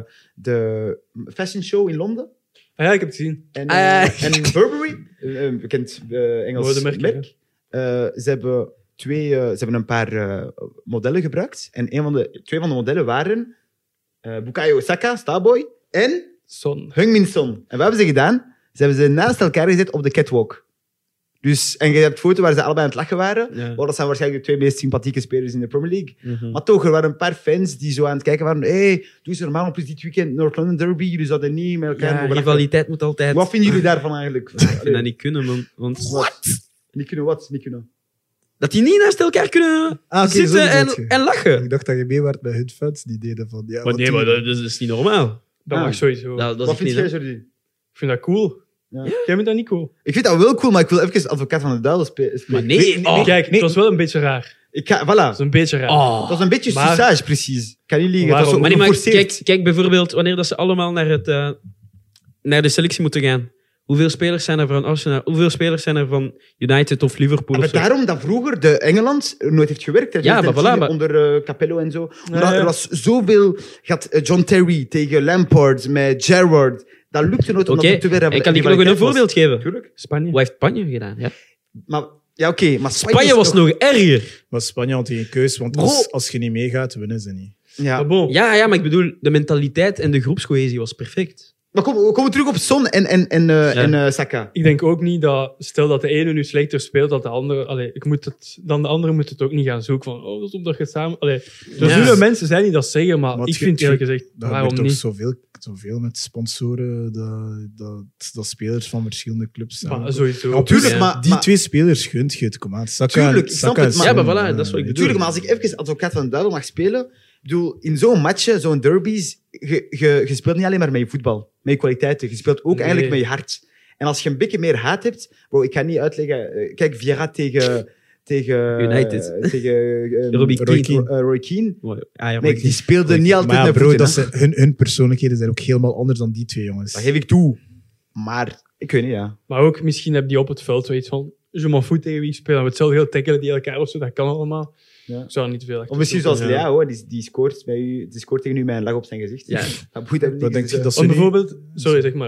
de fashion show in Londen. Ah ja, ik heb het gezien. En, Ah. uh, en Burberry, een bekend uh, Engels Modemerk, merk, uh, ze, hebben twee, uh, ze hebben een paar uh, modellen gebruikt. En een van de, twee van de modellen waren uh, Bukayo Saka, Starboy, en Son. Heung-min Son. En wat hebben ze gedaan? Ze hebben ze naast elkaar gezet op de catwalk. Dus, en je hebt een foto waar ze allebei aan het lachen waren. Ja. Oh, dat zijn waarschijnlijk de twee meest sympathieke spelers in de Premier League. Mhm. Maar toch, er waren een paar fans die zo aan het kijken waren. Hé, hey, doe eens normaal op dit weekend North London Derby. Jullie zouden niet met elkaar Ja, mogen lachen. rivaliteit moet altijd... Wat vinden jullie daarvan eigenlijk? Ik vind dat niet kunnen, man. Want Wat? Niet kunnen wat? Niet kunnen. dat die niet naast elkaar kunnen Ah, oké, zo zitten en, bedoel je. en lachen. Ik dacht dat je mee werd bij hun fans, die deden van... Ja, Maar wat nee, die- maar dat, dat is niet normaal. Dat Ah. mag sowieso. Dat, dat Wat is vind niet, jij, hè. Jordi? Ik vind dat cool. Ja. Jij vindt dat niet cool? Ik vind dat wel cool, maar ik wil even advocaat van de duivel spe- spelen. Maar nee, Nee, oh. Kijk, nee. het was wel een beetje raar. Ik ga, Het voilà. was een beetje raar. Oh. Dat was een beetje Maar- sussage, precies. Kan niet liegen. Het was Waarom? zo Maar, nee, maar geforceerd. kijk, kijk bijvoorbeeld wanneer dat ze allemaal naar, het, eh, naar de selectie moeten gaan. Hoeveel spelers zijn er van Arsenal? Hoeveel spelers zijn er van United of Liverpool? Maar Of zo? daarom dat vroeger de Engeland nooit heeft gewerkt. Hè. Ja, maar voilà, maar- Onder uh, Capello en zo. Omdat Ja, ja. Er was zoveel... Je had uh, John Terry tegen Lampard met Gerrard. Dat lukte nooit omdat Oké, er te veel en kan ik nog een rivaliteit was. voorbeeld geven? Tuurlijk. Spanje. Wat heeft Spanje gedaan? Ja. Maar, ja, oké. maar Spanje was nog erger. Maar Spanje had geen keus, want Bro. als, als je niet meegaat, winnen ze niet. Ja. Maar bon. Ja, ja, maar ik bedoel, de mentaliteit en de groepscohesie was perfect. Maar kom, we komen terug op Son en, en, en, uh, en uh, Saka. Ik denk ook niet dat, stel dat de ene nu slechter speelt, dat de andere, allee, ik moet het, dan de andere moet het ook niet gaan zoeken van, oh, dat is omdat je samen, allee, er Ja. zullen mensen zijn die dat zeggen, maar Maar ik het vind ge- eerlijk gezegd, Dat waarom gebeurt toch niet? zoveel, zoveel met sponsoren, dat, dat, dat spelers van verschillende clubs samen. Maar sowieso. Ja, tuurlijk, Ja, maar- die maar- twee spelers gunt je het, kom aan. Saka, Tuurlijk, ik snap Saka het, is maar- Ja, maar gewoon, voilà, dat is wat ik eh, bedoel. Tuurlijk, maar als ik even advocaat van de duivel mag spelen... Ik bedoel, in zo'n matchen, zo'n derbies, je, je, je speelt niet alleen maar met je voetbal, met je kwaliteiten. Je speelt ook Nee. eigenlijk met je hart. En als je een beetje meer haat hebt... Bro, ik ga niet uitleggen... eh, Kijk, Vieira tegen... tegen United. eh, tegen eh, Robbie Roy Keane. Ro- eh, Roy Keane. Ah, ja, Nee, maar die speelde niet altijd Maar ja, naar bro, voeten, dat hè. zijn, hun, hun persoonlijkheden zijn ook helemaal anders dan die twee jongens. Dat geef ik toe. Maar, ik weet niet, ja. Maar ook, misschien heb die op het veld zoiets van, je mag voet tegen wie spelen, we het zelf heel tackelen die elkaar of zo, dat kan allemaal. Ja. Ik zou er niet te veel achter Of misschien zoeken. zoals Ja. Lea, hoor, die, die, scoort bij u, die scoort tegen u met een lach op zijn gezicht. Ja. Dat boeit hem niet. Wat denk je Dus, dat ze Want nu- bijvoorbeeld, sorry, zeg maar rug.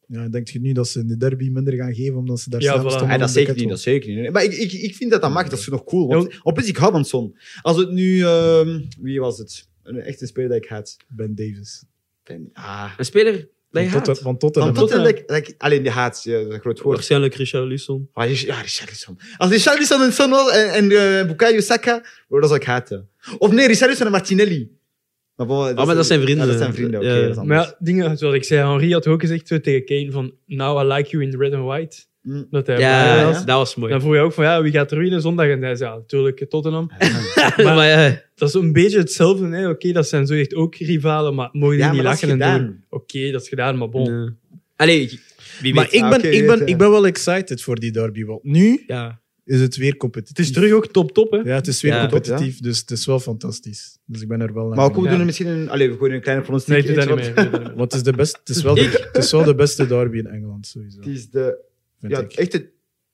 Ja, denk je nu dat ze in de derby minder gaan geven omdat ze daar Ja, samen voilà. stonden? Ah, dat op zeker de niet, kettle? dat zeker niet. Maar ik, ik, ik vind dat dat mag, dat is nog cool. Want op is ik hou van Son. Als het nu... ehm, wie was het? Een echte speler dat ik haat. Ben Davis. Ben- Ah. Een speler dat Van, je Totten, haat. van Van Tottenham. Tottenham, dat ik- dat ik- alleen die haat, ja, dat is een groot woord. Waarschijnlijk Richard Lisson. Ah, Rich- ja, Richarlison. Als Richarlison en Son was en, en uh, Bukayo Saka, bro, dat zou ik haten. Of nee, Richarlison en Martinelli. Maar, bon, Ah, maar dat zijn vrienden. Ja, dat zijn vrienden, oké. Ja. dat is Maar anders. ja, dingen zoals ik zei, Henri had ook gezegd zo tegen Kane van now I like you in red and white. Mm. Dat hij Ja, blij ja. was. dat was mooi. Dan vroeg je ook van ja, wie gaat er winnen zondag? En hij zei ja, natuurlijk Tottenham. maar, maar ja, Dat is een beetje hetzelfde. Hè. Oké, dat zijn zo echt ook rivalen, maar mogen die Ja, niet maar dat is lachen en gedaan. doen? Oké, dat is gedaan, maar bon. nee. Allee, wie Maar weet. ik Ah, ben, oké, ik, je ben, weet, ik ben wel excited voor die derby. Want nu Ja. is het weer Het competitief. is terug ook top-top, hè? Ja, het is weer Ja. competitief, dus het is wel fantastisch. Dus ik ben er wel naar Maar ook, we Ja. doen er misschien een, allez, we gooien een kleine pronostiek. Nee, doe dat weet niet je meer. wat? doe dat niet meer. Want het is, de best, het, is wel de, het is wel de beste derby in Engeland, sowieso. Het is de... Vind Ja, ik. echt het...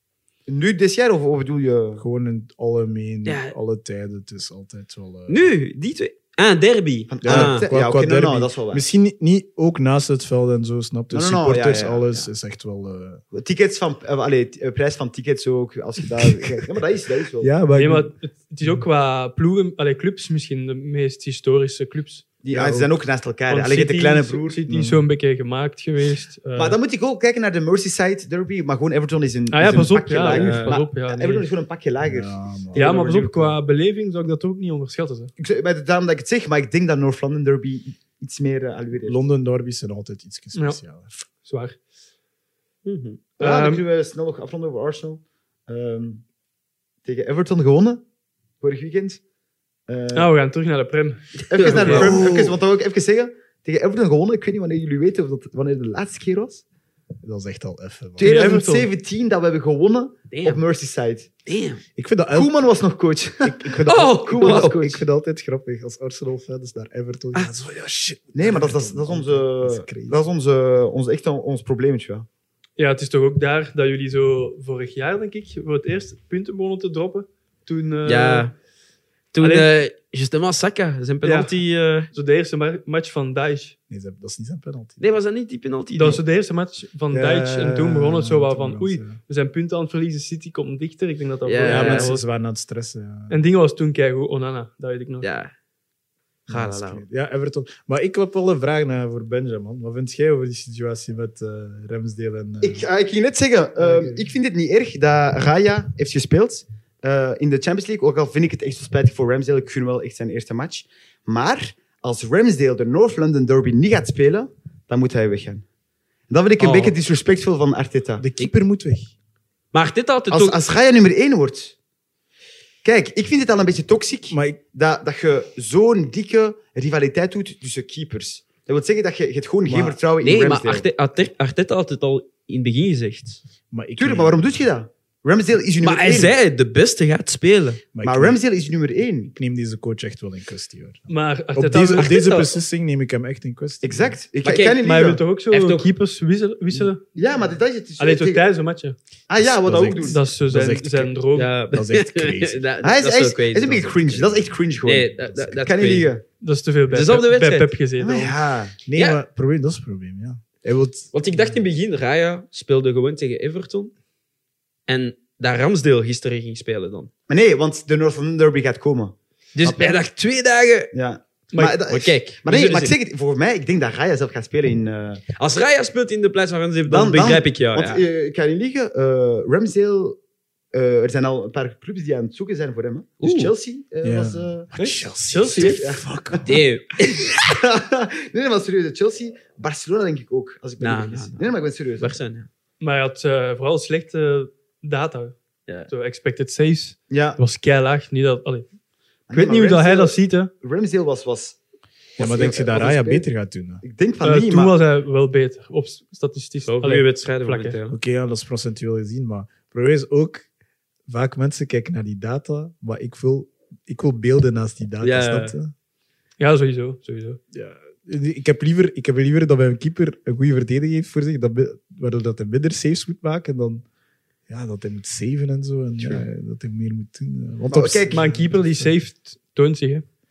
Nu dit jaar, of, of bedoel je... Gewoon in het algemeen, Ja. alle tijden. Het is altijd wel... eh, Nu, die twee. Ah, derby. Van, Ja, ah, qua- ja, qua oké, nou, derby. nou, dat is wel waar. Misschien niet, niet ook naast het veld en zo, snap je? No, no, no, Supporters, ja, ja, alles ja. is echt wel... eh, Tickets van... Uh, allee, t- uh, prijs van tickets ook, als je daar... ja, maar dat is, dat is wel... Ja, maar, Nee, ik maar ben- het, het is ook qua ploegen, allee, clubs misschien de meest historische clubs. Die, Ja, ah, ze zijn ook naast elkaar. Want Alleen je hebt de kleine is- broer. City is zo'n beetje gemaakt geweest. Uh, Maar dan moet ik ook kijken naar de Merseyside derby. Maar gewoon Everton is een, ah ja, is een pas op. pakje Ja, lager. ja, pas Maar op. Ja, nee. Everton is gewoon een pakje lager. Ja, maar- Ja, maar pas op, Liverpool. qua beleving zou ik dat ook niet onderschatten. Hè. Ik, zeg- maar daarom dat ik het zeg, maar ik denk dat North London derby iets meer uh, allure heeft. Londen derbies zijn altijd iets specialer. Zwaar. Mhm. Ja, dan Ehm, kunnen we snel nog afronden over Arsenal. Ehm, tegen Everton gewonnen, vorig weekend. Eh, Nou, we gaan terug naar de Prem. even naar de ja. Prem, Oh. even, want dat wil ik even zeggen. Tegen Everton gewonnen, ik weet niet wanneer jullie weten of dat, wanneer de laatste keer was. Dat is echt al even. man. Tegen twintig zeventien dat we hebben gewonnen op Damn. Merseyside. Damn. Ik vind dat, el- Koeman was nog coach. ik, ik vind dat, Oh, Koeman was wow. coach. ik vind dat altijd grappig als Arsenal-fans naar Everton gaan. Zo, ja, shit. Nee, maar dat, is- dat, is- dat is Dat onze, is crazy. dat is onze, onze, echt ons probleempje. Ja. Ja, het is toch ook daar dat jullie zo vorig jaar, denk ik, voor het eerst punten begonnen te droppen. Toen, eh, Ja. Toen, Alleen- uh, Justement Saka, zijn penalty... eh, zo de eerste ma- match van Daesh. Nee, ze- dat is niet zijn penalty. Nee, was dat niet die penalty? Dat was zo de eerste match van Ja, Daesh. En toen begon het zo wel toen van, begon het, oei, ja. we zijn punten aan het verliezen, City komt dichter. Ik denk dat dat Ja, vorig Ja, jaar mensen was. ze waren aan het stressen. Ja. En dingen was toen keigoed, Onana, dat weet ik nog. Ja. Ga Ja, dat dat is nou. crazy. Ja, Everton. Maar ik heb wel een vraag naar voor Benjamin. Wat vind jij over die situatie met eh Ramsdale en... eh, Ik, ah, ik ging net zeggen, eh, Oké. ik vind het niet erg dat Raya heeft gespeeld eh, in de Champions League. Ook al vind ik het echt zo spijtig voor Ramsdale. Ik gun wel echt zijn eerste match. Maar als Ramsdale de North London Derby niet gaat spelen, dan moet hij weggaan. Dat vind ik een Oh. beetje disrespectvol van Arteta. De keeper moet weg. Maar dit had het Als, ook... als Raya nummer één wordt... Kijk, ik vind het al een beetje toxic Maar ik, dat, dat je zo'n dikke rivaliteit doet tussen keepers. Dat wil zeggen dat je, je hebt gewoon geen Maar- vertrouwen in Nee, maar Ramsdale. Arte- Arte- Arteta had het al in het begin gezegd. maar ik Tuurlijk, maar waarom doe je dat? Ramsdale is je nummer Maar hij één. zei, de beste gaat spelen. Maar, Maar ik, Ramsdale is je nummer één. ik neem deze coach echt wel in kwestie. Hoor. Maar Op Arteta deze, wil- op deze Arteta- beslissing neem ik hem echt in kwestie. Exact. Ik, Maar ik kijk, kan niet maar hij wil liegen. toch ook zo Hij heeft ook- keepers wisselen? wisselen? Ja, maar dat is het. Dus Alleen toch tegen- tijdens een matchen. Ah ja, wat Dat dat is ook echt- doen. Dat is zo Dat is zijn, echt- zijn droom. Ja, Dat is echt crazy. dat, Hij is, dat hij zo is, crazy. hij is een beetje Dat cringe. echt Dat is echt cringe gewoon. Nee, dat, dat, ik dat kan niet crazy. liegen. Dat is te veel bij, Dezelfde Pep, bij wedstrijd. Pep gezeten. Maar ja. Nee, Ja. maar het probleem, dat is het probleem, ja. Hij wilt, Want ik dacht in het begin, Raya speelde gewoon tegen Everton. En dat Ramsdale gisteren ging spelen dan. Maar nee, want de North London Derby gaat komen. Dus Snap je? hij dacht twee dagen... Ja. Maar- Maar, dat- Maar kijk, maar we nee, zullen maar ik zien. zeg het, voor mij, ik denk dat Raya zelf gaat spelen in... eh, Als Raya speelt in de plaats van Ramsdale, dan, Dan- begrijp dan- ik jou. want ja. eh, ik ga niet liegen, eh, Ramsdale... eh, er zijn al een paar clubs die aan het zoeken zijn voor hem. Hè. Dus Oeh. Chelsea eh, Ja. was... eh, Chelsea. Chelsea heeft- ja. Fuck. Nee. nee, nee, maar serieus. Chelsea, Barcelona denk ik ook. Als ik me Nou, niet vergis. nou, Nee, nee, maar ik ben serieus. Waar zijn, ja. Maar hij had eh, vooral slechte data. Ja. Zo expected saves. Ja. Dat was kei laag. Niet dat, allee. Ik Nee, weet maar niet hoe dat hij Ramsdale- dat ziet. Hè. Ramsdale was... was Ja, maar denk je dat was een Raya speler. beter gaat doen? Hè? Ik denk van Eh, niet, toen maar... was hij wel beter. Op statistisch. Zo, Allee, goede wedstrijden vlak, hè. momenteel. Oké, ja, dat is procentueel gezien, maar het probleem is ook, vaak mensen kijken naar die data, maar ik wil, ik wil beelden naast die data, Ja, snap je? Ja, sowieso. sowieso. Ja. Ik heb, liever, ik heb liever dat bij een keeper een goede verdediging heeft voor zich, dat, be- waardoor dat hij minder saves moet maken dan ja, dat hij moet saven en zo, en ja, dat hij meer moet doen. Want Maar op, kijk, Maar een keeper die saved, toont zich. Hè. Ja,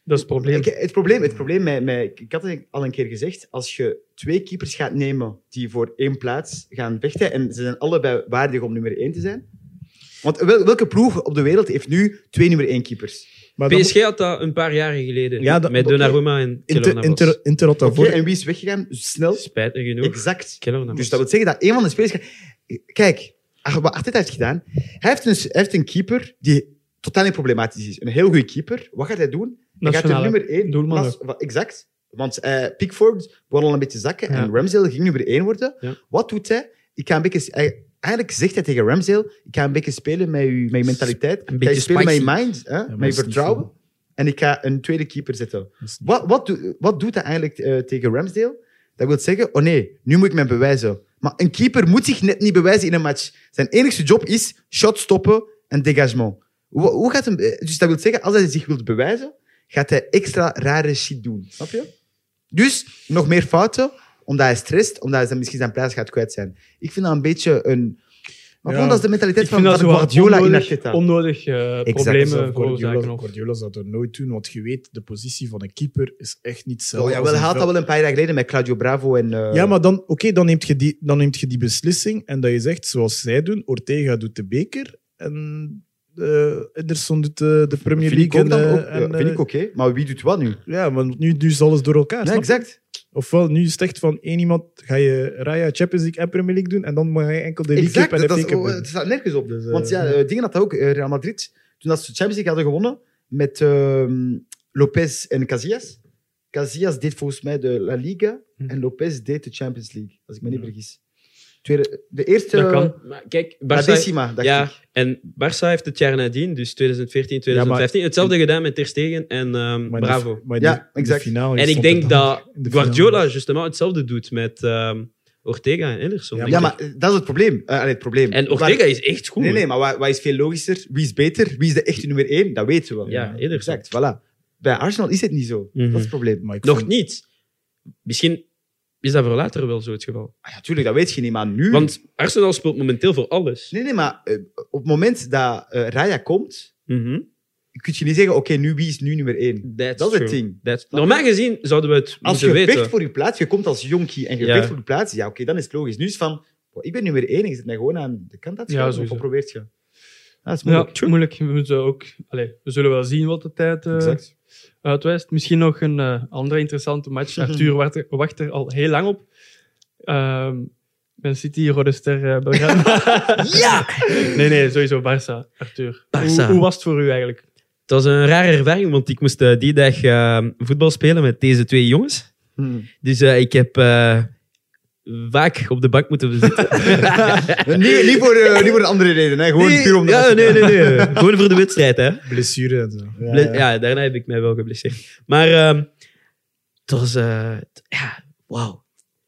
Dat is het probleem. Ik- het probleem, het probleem met, met, ik had het al een keer gezegd, als je twee keepers gaat nemen die voor één plaats gaan vechten, en ze zijn allebei waardig om nummer één te zijn. Want wel- welke ploeg op de wereld heeft nu twee nummer één keepers? Maar dan P S G had dat een paar jaren geleden. Ja, dat- met oké. Donnarumma en Inter, Keylor Navas. Inter, Inter had dat Oké, voor... en wie is weggegaan? Snel. Spijtig genoeg. Exact. Keylor Navas. Dus dat wil zeggen dat een van de spelers... gaat- Kijk, wat Arteta heeft gedaan, hij heeft, een, hij heeft een keeper die totaal niet problematisch is. Een heel goede keeper. Wat gaat hij doen? Hij gaat de Nationale nummer één... doelman nas- wa- Exact. Want eh, Pickford begon al een beetje zakken Ja. en Ramsdale ging nummer één worden. Ja. Wat doet hij? Ik ga een beetje... Hij, eigenlijk zegt hij tegen Ramsdale, ik ga een beetje spelen met je, met je mentaliteit. Een Ik ga beetje je spelen met je spicy. mind, hè? maar met dat je is niet vertrouwen. veel. En ik ga een tweede keeper zetten. Dat is niet- Wat, wat, doe- wat doet hij eigenlijk eh, tegen Ramsdale? Dat wil zeggen, oh nee, nu moet ik me bewijzen. Maar een keeper moet zich net niet bewijzen in een match. Zijn enigste job is shot stoppen en dégagement. Hoe, hoe gaat hem, eh, dus dat wil zeggen, als hij zich wil bewijzen, gaat hij extra rare shit doen. Snap je? Dus nog meer fouten, omdat hij stresst, omdat hij dan misschien zijn prijs gaat kwijt zijn. Ik vind dat een beetje een... Maar Ja. gewoon, dat is de mentaliteit Ik van, vind dat van zo Guardiola in onnodig, Arteta. onnodig eh, problemen Guardiola, veroorzaken. of- Guardiola zou dat nooit doen, want je weet, de positie van een keeper is echt niet hetzelfde. Oh, ja, als wel, een hij had dat veld. wel een paar jaar geleden met Claudio Bravo en... eh, Ja, maar dan, oké, dan, neemt je die, dan neemt je die beslissing en dat je zegt, zoals zij doen, Ortega doet de beker en eh Ederson doet de, de Premier Vind ik League. ook en, dan eh, ook. Ja, en, vind eh, ik oké. Maar wie doet wat nu? Ja, maar nu, nu is alles door elkaar. Ja, snap je? exact. Ofwel, nu is het echt van één iemand, ga je Raya, Champions League en Premier League doen en dan mag je enkel de League Exact. Cup en de Dat F A is, Cup oh, doen. het staat nergens op. Dus, eh, Want ja, eh, dingen had dat ook. eh, Real Madrid, toen dat ze de Champions League hadden gewonnen met ehm, Lopez en Casillas. Casillas deed volgens mij de La Liga Hm. en Lopez deed de Champions League, als ik me niet vergis. Tweede, de eerste... Dat kan. Maar kijk, La Barça, Decima, dacht ja, ik. en Barça heeft het jaar nadien, dus twintig veertien, twintig vijftien, hetzelfde gedaan met Ter Stegen en ehm, maar in de- Bravo. maar in Ja, de- in de exact. finale En ik stond denk het dan dat in de finale. Guardiola justement hetzelfde doet met ehm, Ortega en Ederson. Ja, denk Ja, ik. maar eh, dat is het probleem. Eh, allee, het probleem. En Ortega Waar- is echt goed. Nee, nee, maar wat, wat is veel logischer? Wie is beter? Wie is de echte nummer één? Dat weten we. Ja, Ederson. Exact, voilà. Bij Arsenal is het niet zo. Mhm. Dat is het probleem. Maar ik Nog vond- niet. Misschien is dat voor later wel zo het geval. Ah, ja, tuurlijk, dat weet je niet, maar nu... Want Arsenal speelt momenteel voor alles. Nee, nee, maar eh, op het moment dat eh, Raya komt, Mhm. kun je niet zeggen, oké, nu wie is nu nummer één? That's Dat is het true. ding. That's- Normaal gezien zouden we het Als moeten je weten. vecht voor je plaats, je komt als jonkie en je Ja. vecht voor je plaats, ja, oké, dan is het logisch. Nu is het van, oh, ik ben nummer één en je zet mij gewoon aan de kant aan het Ja, schuiven, sowieso. of wat probeert je? Dat is Ja, moeilijk. moeilijk. We, moeten ook, allee, we zullen wel zien wat de tijd eh, Exact. uitwijst. Misschien nog een eh, andere interessante match. Arthur wacht er, wacht er al heel lang op. Ehm Man City, Rode Ster, eh, Belgrado. Ja! Nee, nee, sowieso Barça, Arthur. Barça. Hoe, hoe was het voor u eigenlijk? Het was een rare ervaring, want ik moest eh, die dag eh, voetbal spelen met deze twee jongens. Hmm. Dus eh, ik heb eh, vaak op de bank moeten zitten. niet, niet, voor, eh, niet voor een andere reden, hè. gewoon Nee, puur om de ja, nee, nee, nee. Gewoon voor de wedstrijd, hè. Blessure en zo. Ble- Ja, daarna heb ik mij wel geblesseerd. Maar ehm, het was... eh, t- ja, wauw.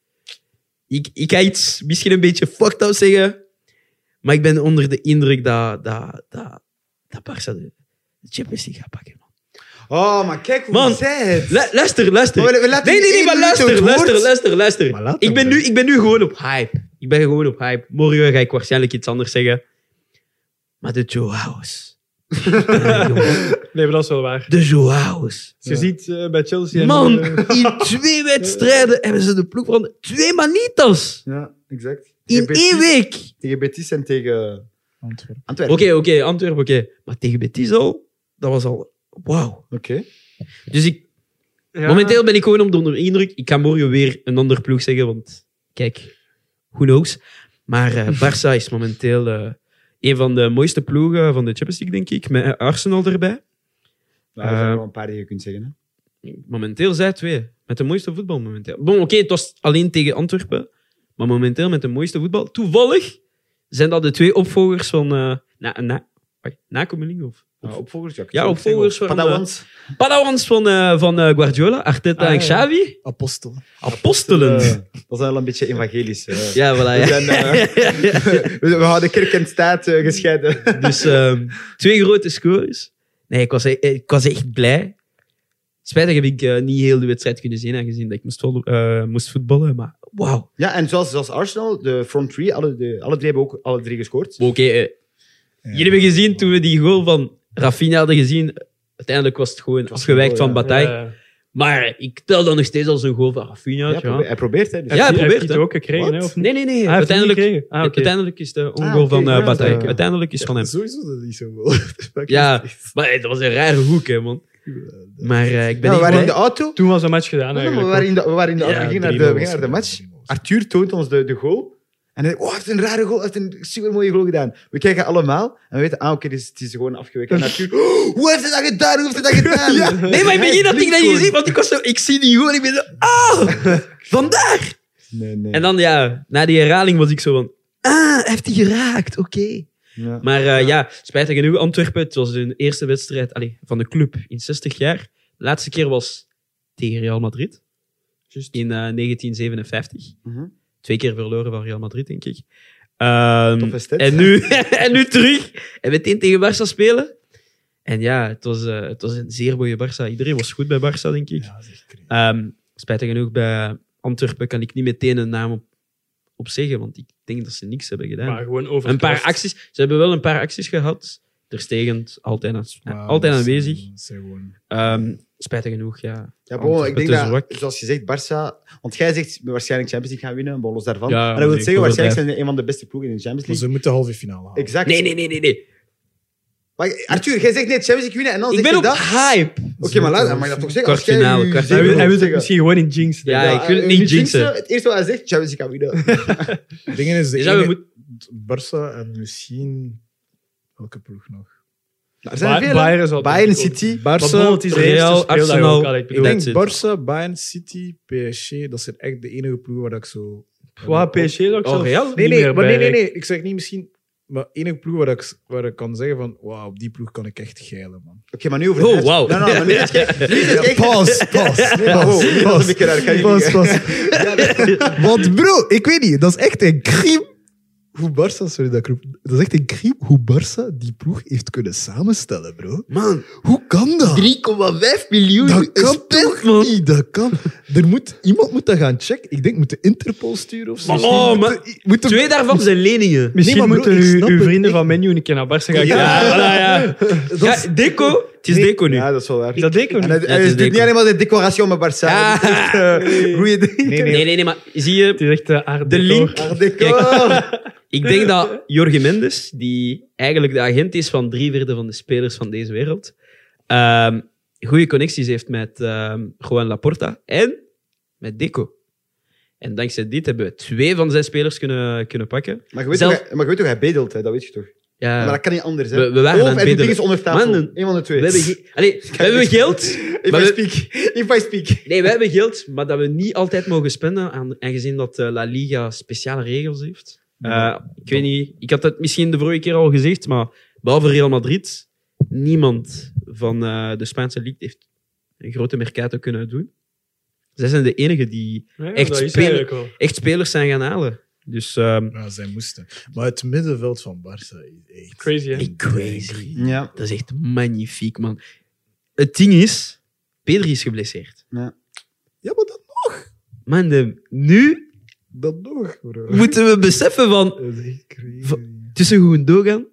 Ik, ik ga iets misschien een beetje fucked up zeggen, maar ik ben onder de indruk dat, dat, dat, dat Barça de de Champions League gaat pakken. Man. Oh, maar kijk hoe Man. zij het. Lu- luister, luister. Maar we- we laten nee, nee, nee, één maar minuut luister, het luister, woord. luister, luister. Maar laat Ik hem, ben, hè. nu, ik ben nu gewoon op hype. Ik ben gewoon op hype. Morgen ga ik waarschijnlijk iets anders zeggen. Maar de Joao's. Ja, jongen. Nee, maar dat is wel waar. De Joao's. Als je ziet eh, bij Chelsea... en, Man, eh, in twee wedstrijden hebben ze de ploeg van twee manitas. Ja, exact. In Betis- één week. Tegen Betis en tegen Antwerpen. Antwerpen. Oké, oké, Antwerpen, oké. Maar tegen Betis al, dat was al... Wauw. Oké. Dus ik, ja, momenteel ben ik gewoon onder de indruk. Ik ga morgen weer een andere ploeg zeggen, want kijk, who knows. Maar eh Barça is momenteel eh, een van de mooiste ploegen van de Champions League, denk ik. Met Arsenal erbij. Nou, er zijn Eh, wel een paar die je kunt zeggen. Hè. Momenteel zij twee. Met de mooiste voetbal momenteel. Bon, oké, het was alleen tegen Antwerpen. Maar momenteel met de mooiste voetbal. Toevallig zijn dat de twee opvolgers van... eh na, na, wacht, nakomelingen of... Nou, opvolgers, ja. ik Ja, zou ook opvolgers zeggen, van, Padawans. Padawans van, eh, van eh, Guardiola, Arteta Ah, en ja. Xavi. Apostel. Apostelen. Eh, dat is wel een beetje evangelisch. eh. Ja, voilà. We, Ja. zijn, eh, we, we houden kerk en staat eh, gescheiden. Dus ehm, twee grote scores. Nee, ik was, e- ik was echt blij. Spijtig heb ik eh, niet heel de wedstrijd kunnen zien, aangezien dat ik moest, vol- eh, moest voetballen. Maar wauw. Ja, en zoals, zoals Arsenal, de front three, alle, de, alle drie hebben ook alle drie gescoord. Oké, eh, jullie hebben gezien toen we die goal van Rafinha hadden gezien. Uiteindelijk was het gewoon was afgewijkt gewoon, van ja. Bataille. Ja. Maar ik tel dan nog steeds als een goal van Rafinha. Ja, Ja, probeer- hij probeert, hè. Dus- Ja, hij Heeft hij probeert, heeft hè. het ook gekregen, hè, Wat? of niet? Nee, nee, nee. Ah, hij heeft het niet uiteindelijk, gekregen. Ah, oké. uiteindelijk is de ongoal Ah, oké, van uh, ja, Bataille. ja. Uiteindelijk is het van hem. Sowieso dat niet zo wel. Ja, maar hey, dat was een rare hoek, hè, man. Maar uh, ik ben Ja, we niet waren in de blij. auto. Toen was de match gedaan, Ja, maar we eigenlijk. waren in de, we waren in de auto. Ja, we gingen naar drie de, we nul gingen naar de match. Arthur toont ons de, de goal. En hij zegt, oh, hij heeft een rare goal. Hij heeft een supermooie goal gedaan. We kijken allemaal. En we weten, ah, oké, het is, het is gewoon afgeweken. En Arthur, oh, hoe heeft hij dat gedaan? Hoe heeft hij dat gedaan? Ja, nee, maar in het begin had ik dat Gewoon. gezien, want ik, was zo, ik zie die goal en ik ben zo... Ah, vandaar! Nee, nee. En dan, ja, na die herhaling was ik zo van... Ah, hij heeft die geraakt, oké. Ja. Maar uh, ja, spijtig genoeg, Antwerpen, het was hun eerste wedstrijd allee, van de club in zestig jaar. De laatste keer was tegen Real Madrid, Juist. in uh, negentien zevenenvijftig. Mhm. Twee keer verloren van Real Madrid, denk ik. Ehm, Toffe stats. en, nu, en nu terug. En meteen tegen Barça spelen. En ja, het was, uh, het was een zeer mooie Barça. Iedereen was goed bij Barça, denk ik. Ja, dat is echt crazy. Ehm, spijtig genoeg, bij Antwerpen kan ik niet meteen een naam op, op zeggen, want ik denk dat ze niks hebben gedaan. Maar gewoon over Een paar acties. Ze hebben wel een paar acties gehad. Ter stegend, altijd, aan- Maar altijd dat is- aanwezig. dat is gewoon- Ehm, spijtig genoeg, ja. Ja, bon, ik Antwerpen denk te dat, zwak. zoals je zegt, Barça... Want jij zegt waarschijnlijk Champions League gaan winnen, bon, los daarvan. Ja, maar dat wil nee, zeggen, ik waarschijnlijk overdrijf. zijn ze een van de beste ploegen in de Champions Maar League. ze moeten halve finale halen. Exact. Nee, nee, nee, nee, nee. Maar Arthur, jij zegt net Champions League winnen en dan Ik zeg ben je op dat... hype. Oké, maar laat, mag je dat toch zeggen? Als jij Kwartfinale, je kwartfinale. Hij wil, zeven hij wil wil het misschien gewoon in jinx. Ja, denken. ik wil het eh, niet je jinxen. jinxen, Het eerste wat hij zegt, Champions League gaan winnen. Het ding is, de Dus ja, we ene- moeten- Barça en misschien... Welke ploeg nog? Er zijn er Ba- veel, hè? Bayern zal Bayern, het ook. City. Maar Barça, bon, het is de Real, eerste speeldag Arsenal. ook, allee, ik ik bedoel, denk That's it. Barça, Bayern, City, P S G, dat zijn echt de enige ploegen waar ik zo... Qua P S G zou ik Oh, zelf Real? niet Nee, nee, meer maar nee, nee, bij- nee. Ik zeg niet misschien... Maar enige ploeg waar ik, waar ik kan zeggen van... Wauw, op die ploeg kan ik echt geilen, man. Oké, maar nu over Oh, het- wauw. Nee, nee, maar nu is het nu is het echt... Pas, pas. Nee, maar wow, nu was het een keer raar. Kan je Pas, niet- pas. Ja, dat- Want bro, ik weet niet, dat is echt een crime. Hoe Barça, sorry dat ik roep, dat is echt een crime hoe Barça die ploeg heeft kunnen samenstellen, bro. Man, Hoe kan dat? drie komma vijf miljoen. Dat kan is toch man. niet? Dat kan. Er moet, iemand moet dat gaan checken. Ik denk, moet de Interpol sturen of zo. Maar, oh, Moet maar de- moet de- Twee daarvan zijn leningen. Misschien Nee, maar bro, moeten ik u, snap uw het vrienden echt. van Menu een keer naar Barça gaan Ja, kijken. voilà, ja. Dat is- Ja, Deco. Het is Nee. Deco nu. Ja, dat is wel waar. Is dat Deco En niet? hij, Ja, hij het is doet niet Deco. alleen maar de decoration met Barça. Ja. Dat is echt, eh, goeie dingen. Nee, Nee, nee, nee, maar zie je... Het is echt uh, art De deco. link. Art déco. Ik denk dat Jorge Mendes, die eigenlijk de agent is van drie vierde van de spelers van deze wereld, ehm goede connecties heeft met ehm Joan Laporta en met Deco. En dankzij dit hebben we twee van zijn spelers kunnen, kunnen pakken. Maar je weet Zelf- toch, hij- maar je weet toch, hij bedelt, hè? Dat weet je toch? Ja, Maar dat kan niet anders, hè? We- we waren of aan het hij doet bedelen. dingen onder tafel. Mannen, Eén van de twee. we hebben, ge- Allee, we hebben geld. If maar I we- speak. If I speak. Nee, we hebben geld, maar dat we niet altijd mogen spenden, aan- aangezien dat eh, La Liga speciale regels heeft. Eh, ik weet niet, ik had het misschien de vorige keer al gezegd, maar behalve Real Madrid, niemand van eh, de Spaanse league heeft een grote mercato kunnen doen. Zij zijn de enigen die Ja, echt dat is spelen. eigenlijk wel. echt spelers zijn gaan halen. Dus ehm, Ja, zij moesten. Maar het middenveld van Barça is echt... Crazy, hè? echt crazy. Ja. Dat is echt magnifiek, man. Het ding is, Pedri is geblesseerd. ja. Ja, maar dat nog. Man, de, nu Dat nog, bro. moeten we beseffen van Dat is echt crazy. Va- tussen Gundogan,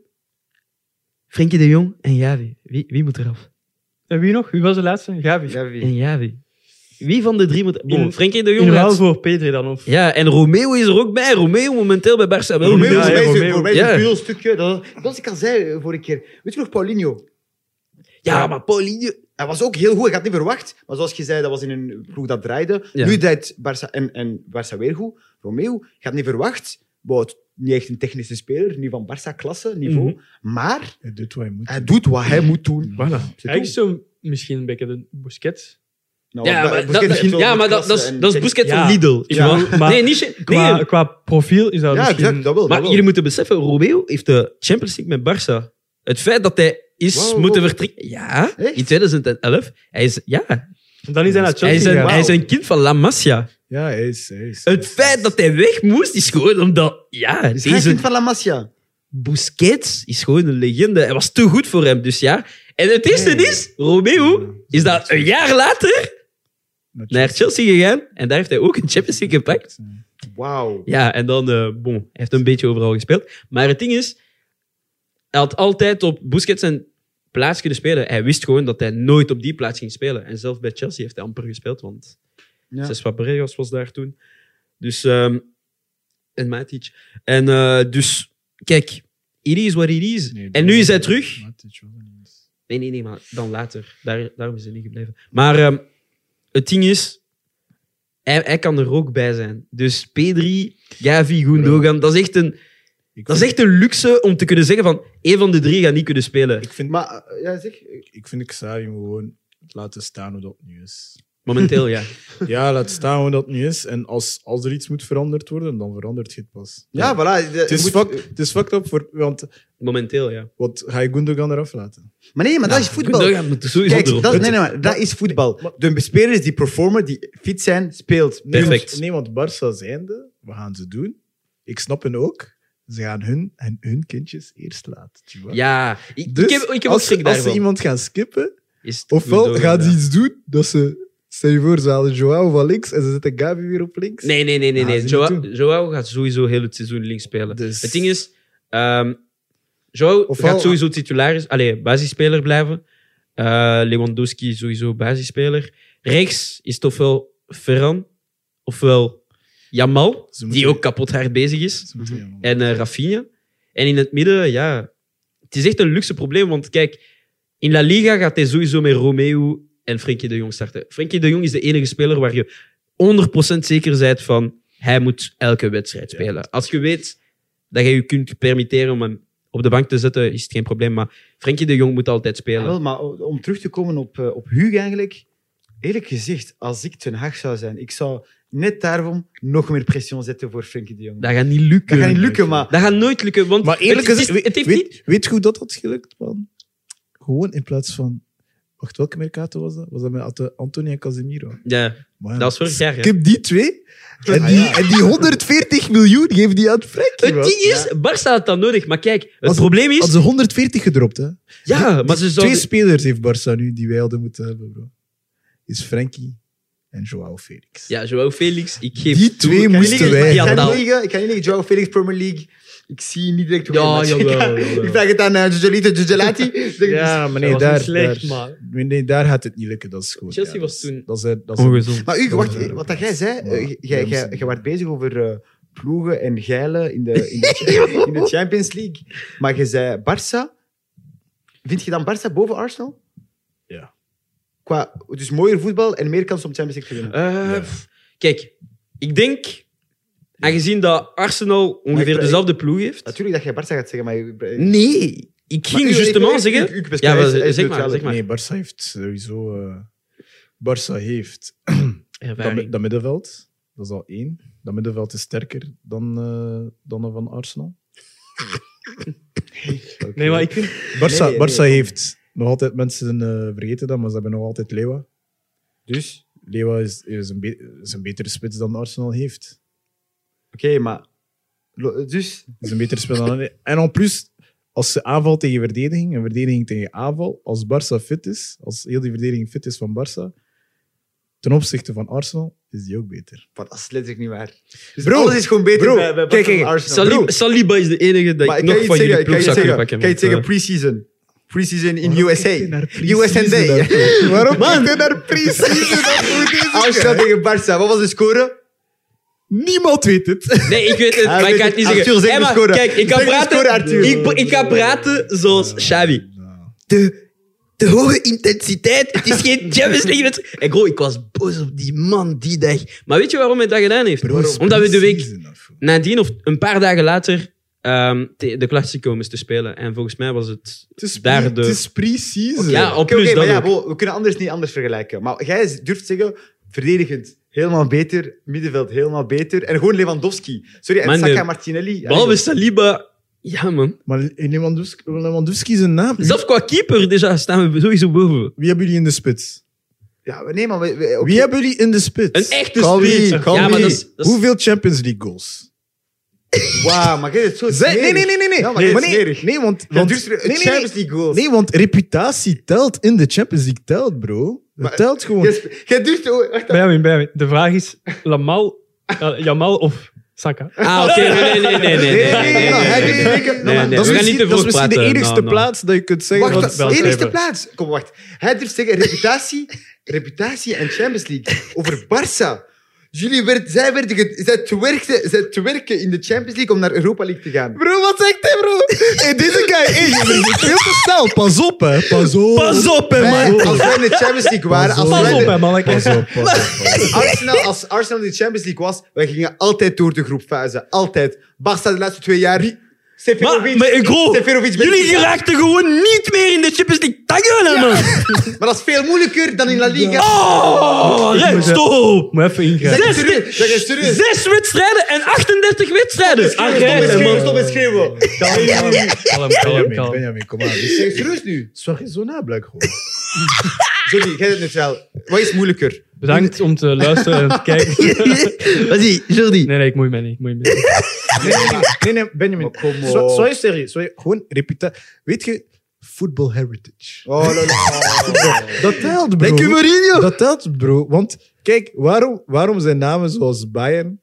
Frenkie de Jong en Javi. Wie, wie moet eraf? En wie nog? Wie was de laatste? Gavi. Gavi. En Javi. Wie van de drie moet... In- Oh, Frenkie de Jong In ruil laat- voor Pedri dan, of? Ja, en Romeo is er ook bij. Romeo momenteel bij Barça wel. Romeo Ja, is ja, voor mij- Romeo. voor mij is Ja. een puur stukje. Dat, zoals ik al zei eh, vorige keer. Weet je nog, Paulinho? Ja, maar Paulinho... Hij was ook heel goed, ik had het niet verwacht. Maar zoals je zei, dat was in een ploeg dat draaide. Ja. Nu draait Barça en, en Barça weer goed. Romeo, ik had het niet verwacht. Wow, het- niet echt een technische speler, niet van Barça-klasse niveau. Mhm. Maar Hij doet wat hij moet. hij doet wat hij moet doen. Voilà. C'est Eigenlijk zo misschien een beetje de Busquets. Nou, Ja, dat- maar, Busquets dat, heeft wel ja, met maar dat, klasse dat, is, en dat is techniek. Busquets Ja. van Lidl. Ja, Ja, maar nee, niet... Nee, Qua, qua profiel is dat Ja, misschien... exact, dat wel. dat maar wel. jullie moeten beseffen, Romeo heeft de Champions League met Barça. Het feit dat hij is Wow, wow. moeten vertrekken... Ja, Echt? in twintig elf. Hij is... Ja, Dan is hij naar Chelsea hij is, een, gegaan. hij is een kind van La Masia. Ja, hij is... Hij is Het feit dat hij weg moest, is gewoon omdat... Ja, Is hij deze kind van La Masia? Busquets is gewoon een legende. Hij was te goed voor hem, dus ja. En het eerste Nee. is, Romeo is dat een jaar later naar Chelsea gegaan. En daar heeft hij ook een Champions League gepakt. Wauw. Ja, en dan, eh bon, hij heeft een beetje overal gespeeld. Maar het ding is, hij had altijd op Busquets zijn plaats kunnen spelen. Hij wist gewoon dat hij nooit op die plaats ging spelen. En zelf bij Chelsea heeft hij amper gespeeld, want Ja. Cesc Fabregas was daar toen. Dus, um, en Matic. En uh, dus, kijk, it is what it is. Nee, en nu is hij terug. Matic was er niet. Nee, nee, nee, maar dan later. Daar, daarom is hij niet gebleven. Maar um, het ding is, hij, hij kan er ook bij zijn. Dus P drie, Gavi, Gundogan, dat is echt een... Ik Dat is vind- echt een luxe om te kunnen zeggen van één van de drie gaat niet kunnen spelen. Ik vind, Maar, uh, ja, zeg. ik vind Xavi moet gewoon laten staan hoe dat nu is. Momenteel, ja. Ja, laat staan hoe dat nu is. En als, als er iets moet veranderd worden, dan verandert je het pas. Ja, voilà. de- Het is, moet- fuck, het is fucked up, voor, want Momenteel, ja. wat, ga je Gundogan eraf laten? Maar nee, maar dat is voetbal. Gundogan moet er sowieso Kijk, erop. dat, Het- nee, nee, maar dat is voetbal. De spelers die performen, die fit zijn, speelt. Nee, Perfect. want, nee, want Barça zijnde, wat gaan ze doen? Ik snap hen ook. Ze gaan hun, hun, hun kindjes eerst laten. tu vois. Ja, ik, Dus ik heb, ik heb ook als, schrik ze- als ze daarvan. iemand gaan skippen, Is het ofwel Gundogan, gaan ze ja. iets doen dat ze... Stel je voor, ze halen Joao van links en ze zetten Gavi weer op links. Nee, nee, nee. nee, Gaan nee. ze niet Joao, doen. Joao gaat sowieso heel het seizoen links spelen. Dus- Het ding is, um, Joao Ofwel- gaat sowieso titularis, allee, basisspeler blijven. Uh, Lewandowski sowieso basisspeler. Rechts is het ofwel Ferran, ofwel Jamal, Ze moeten- die ook kapot hard bezig is. Ze moeten helemaal- En uh, Rafinha. En in het midden, ja... Het is echt een luxe probleem, want kijk, in La Liga gaat hij sowieso met Romeo en Frenkie de Jong starten. Frenkie de Jong is de enige speler waar je honderd procent zeker bent van hij moet elke wedstrijd spelen. Als je weet dat je je kunt permitteren om hem op de bank te zetten, is het geen probleem. Maar Frenkie de Jong moet altijd Ja, spelen. wel, maar om terug te komen op, uh, op Hugo eigenlijk. Eerlijk gezegd, als ik Ten Hag zou zijn, ik zou net daarom nog meer pressie zetten voor Frenkie de Jong. Dat gaat niet lukken. Dat gaat niet lukken, maar... Dat gaat nooit lukken, want Maar eerlijk het, is- gezegd, het heeft weet, niet... weet je hoe dat had gelukt, man? Gewoon in plaats van... Wacht, welke Mercato was dat? Was dat met Ante- Anthony en Casemiro? Ja, Man, dat was vorig jaar. Hè. skip die twee. En Ah, die, ja. en die honderdveertig miljoen geef die aan Frenkie, Het man. ding is, Barça had dat nodig. Maar kijk, het Als- probleem is... Hadden ze honderdveertig gedropt, hè? Ja, maar ze Twee zouden... spelers heeft Barça nu die wij hadden moeten hebben, bro. Is Frenkie en Joao Felix. Ja, Joao Felix, ik geef Die toe, twee ik kan moesten niet- wij Ik Ja, ga dat- niet liggen, ik ga niet liggen, Joao Felix, Premier League. Ik zie niet direct hoe Ja, hij matcht. jawel, Ik ga- jawel. Ik vraag het aan uh, Giulietto Giuliatti. Ja, maar nee, was daar, niet slecht, daar, maar- nee, nee, daar gaat het niet lukken. Dat is gewoon, Chelsea ja, was dat is- toen Dat is, dat is ongezond. Maar Hugo, wacht, Ja, wat dat jij zei, maar- eh, jij, ja, jij, jij was bezig over eh, ploegen en geilen in de, in, de, in de Champions League. Maar je zei Barça. Vind je dan Barça boven Arsenal? Ja. Qua, dus mooier voetbal en meer kans om Champions League te winnen. Eh, Ja. pff, Kijk, ik denk, aangezien dat Arsenal ongeveer ik- dezelfde ploeg heeft... Natuurlijk dat jij Barça gaat zeggen, maar... je- Nee, ik ging Maar u- justement ik- zeggen... ik- ik- ik- Ja, maar hij is- zeg hij is maar, neutraal. zeg maar. Nee, Barça heeft sowieso... eh Barça heeft dat, Ervaring. mi- dat middenveld. Dat is al één. Dat middenveld is sterker dan, eh, dan dat van Arsenal. Nee, maar ik vind... Barça, Nee, nee, Barça nee. heeft nog altijd... Mensen eh, vergeten dat, maar ze hebben nog altijd Lewa. Dus, Lewa is, is, een, be- is een betere spits dan Arsenal heeft. oké, maar... lo- Dus, Is een betere spits dan... En en plus, als ze aanval tegen verdediging en verdediging tegen aanval, als Barça fit is, als heel die verdediging fit is van Barça, ten opzichte van Arsenal, is die ook beter. wat, dat is letterlijk niet waar. Dus Bro, alles is gewoon beter bro, bij, bij kijk, Barça kijk, dan Arsenal. Saliba, Bro, Saliba is de enige dat maar ik kan nog je van iets jullie zeggen, kan ploeg je zou kunnen zeggen, pakken. kan je iets zeggen want, pre-season? Pre-season in Waarom U S A. kijkt hij naar U S pre-season A. dan? Waarom kijkt hij naar pre-season? Dat moet deze Arsenal guy. tegen Barça, wat was de score? Niemand weet het. eh, Nee, ik weet het, Ah, maar ik weet ga het niet het. zeggen. Arthur, zeg Hey, de maar score. kijk, ik ga Zeg de praten... score, Arthur. ik, ik ga praten zoals Xavi. De, de hoge intensiteit. Het is geen Champions League. wedstrijd. En bro, ik was boos op die man die dag. Maar weet je waarom hij dat gedaan heeft? Bro, Omdat we de week pre-season af. nadien of een paar dagen later ehm, te- de Classico moesten spelen. En volgens mij was het Het is, daar pre- de... het is pre-season. Ja, op Oké, plus oké, maar dat ja, ook. bro, we kunnen anders niet anders vergelijken. Maar jij durft zeggen, verdedigend helemaal beter, middenveld helemaal beter. En gewoon Lewandowski. Sorry, en Man, Saka, de- Martinelli. Behalve Saliba... Ja, man. Maar Lewandowski, Lewandowski is een naam. Zelfs qua keeper déjà staan we sowieso boven. Wie hebben jullie in de spits? Ja, maar nee, maar... We, we- oké. Wie hebben jullie in de spits? Een echte Call me, spits. call Ja, me. maar dat is... dat is- Hoeveel Champions League goals? Wauw, maar jij bent zo Zij- nee, smerig. nee, nee, nee. nee. Ja, maar maar jij nee, bent nee, smerig. nee, want... Jij want durft er- nee, nee, Champions nee. League goals. Nee, want reputatie telt in de Champions League, telt, bro. Het Maar- telt gewoon. Jij sp- Jij durft... oh, wacht, Benjamin, Benjamin, de vraag is, Lamal, uh, Jamal of Saka. Ah, oké. Nee, nee, nee, nee, nee. nee, nee, nee, nee, nou, nee, hij nee, die- nee. die- Nee, nou, nee, Dat we is gaan niet misschien, te dat is veel misschien de praten. enigste Nou, nou. plaats dat je kunt zeggen... Wacht, dat- wel enigste schrijven. plaats. Kom, wacht. Hij durft zeggen reputatie, reputatie en Champions League. Over Barça. Jullie werd, zij, werden ge- zij, te werken, zij te werken in de Champions League om naar Europa League te gaan. Bro, wat zegt hij, bro? Hey, deze guy, hey, je bent veel te snel. Pas op, hè. Pas op. Pas op, hè, Wij, man. als wij in de Champions League waren, als Pas wij Pas de- op, hè, manneke. Pas op, pas op. Pas op. Arsenal, als Arsenal in de Champions League was, wij gingen altijd door de groepfase. Altijd. Barça de laatste twee jaar. Maar, Seferovic. maar gro, Seferovic ben jullie ik- geraakten gewoon niet meer in de Champions League. Tangen, man. Maar dat is veel moeilijker dan in La Liga. Oh, Ik Red, moet- stop. Moet even ingrijpen. Zeg Zes, het serieus. Zeg het serieus. zes wedstrijden en achtendertig wedstrijden. Stop met Arrête, schreeuwen, man. stop met schreeuwen. Kalm, kalm, kalm, kalm, Benjamin, kalm. Benjamin, kom aan. Zeg het serieus nu. Sois raisonnable, gros. Sorry, jij het net wel. Wat is moeilijker? Bedankt om te luisteren en te kijken. Vas-y, Jordi. Nee, nee, ik moei mij niet. Ik moei mij niet. Nee, nee, nee, nee, nee, Benjamin. Maar kom op. Sois sois serieus. Sois- Gewoon reputatie. Weet je, football heritage. Oh, la, la. Dat telt, bro. Dank u, Mourinho. Dat telt, bro. Want kijk, waarom, waarom zijn namen zoals Bayern,